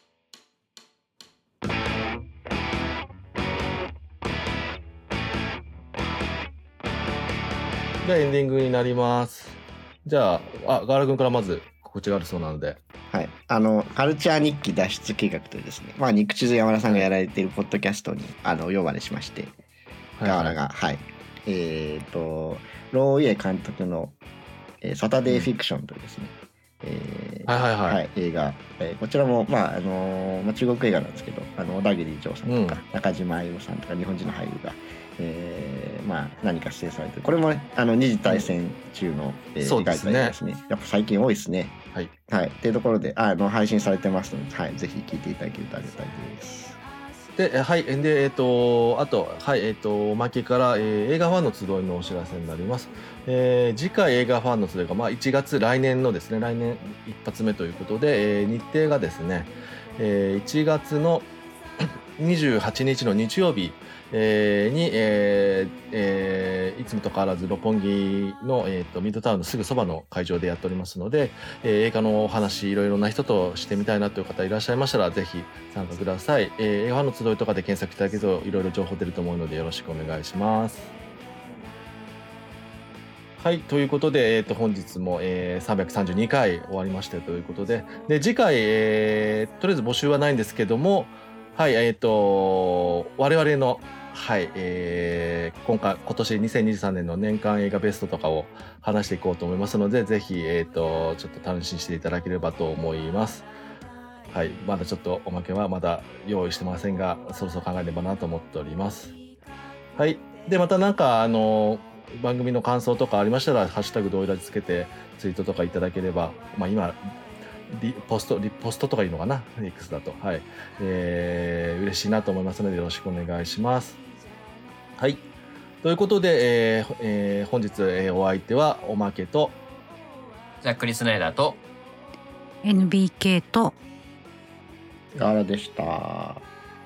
じゃあエンディングになります。じゃあ、あ、ガーラ君からまず告知があるそうなので。 はい。あの、カルチャー日記脱出計画というですね、まあ、肉地図山田さんがやられているポッドキャストに、あの、呼ばれしまして、ガーラが、はい。えっ、と、ローイエ監督の、えーサタデーフィクションというですね、えーはいはいはいはい、映画、えーこちらも、まああのーまあ、中国映画なんですけど、あの小田切丈さんとか、 うん中島愛さんとか日本人の俳優が、えーまあ、何か出演されてる、これもね、あの二次大戦中の、えーそうですね描いた映画ですね。やっぱ最近多いですね。 はい。 はい。っていうところで、あの配信されてますので、はい、ぜひ聞いていただけるとありがたいです。 で、えはい。で、えっ、と、あと、はい、えっ、と、おまけから、えー映画ファンの集いのお知らせになります。えー次回映画ファンの集いが、まあ、いちがつ、来年のですね、来年一発目ということで、えー日程がですね、えーいちがつのにじゅうはちにちの日曜日、えーに、えーえーいつもと変わらず六本木の、えー、とミッドタウンのすぐそばの会場でやっておりますので、えー映画のお話いろいろな人としてみたいなという方いらっしゃいましたらぜひ参加ください。えー映画ファンの集いとかで検索いただけるといろいろ情報出ると思うのでよろしくお願いします。はいということで、えー、と本日も、えーさんびゃくさんじゅうにかい終わりましたということで、で次回、えーとりあえず募集はないんですけども、はいえっ、と我々のはい、えー今回今年にせんにじゅうさんねんの年間映画ベストとかを話していこうと思いますので、ぜひえっ、とちょっと楽しみにしていただければと思います。はい、まだちょっとおまけはまだ用意してませんが、そろそろ考えればなと思っております。はい、でまたなんかあの番組の感想とかありましたらハッシュタグ同意ラジつけてツイートとかいただければ、まあ今リポストリポストとかいいのかな X だとはい、えー、嬉しいなと思いますのでよろしくお願いします。はいということで、えーえー本日、えーお相手はおまけとざっくりスナイダーとエヌビーケー とガーラでした。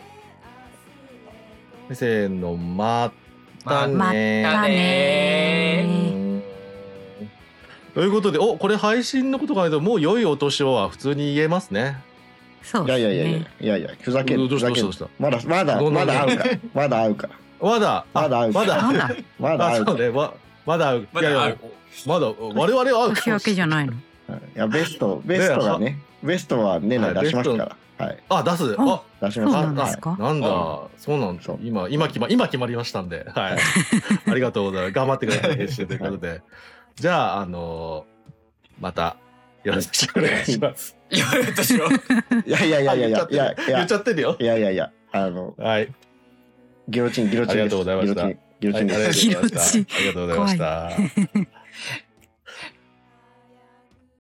せーのまたねまたねうーんということで、おこれ配信のこと考えるともう良いお年をは普通に言えますね。 そうですいやいやいやいやね。 いやいや、ふざける。 どうしたふざけるどうしたどまだ、まだ、 どんなまだ会うから。まだ会うから。 まだあまだ会うまだなんだまだあ会うから。 そうねままだ会うまだ会ういやいやまだ我々は会う年明けじゃないの。 いや、ベスト、ベストがね、ベストは年内出しますから。はい。 あ出すああ出しますそうなんですかあなんだそうなんだそう今今決ま今決まりましたんではいありがとうございます頑張ってください編集ということでじゃああのーまたよろしくお願いします言われたでしょ。 いやいやいやいやいやいやい言っやちゃってるよいやいやいや、あの、 はいギロチン、ギロチンです。 ありがとうございましたギロチン、ギロチンはいありがです。 とうございましたギロチンありがとうございました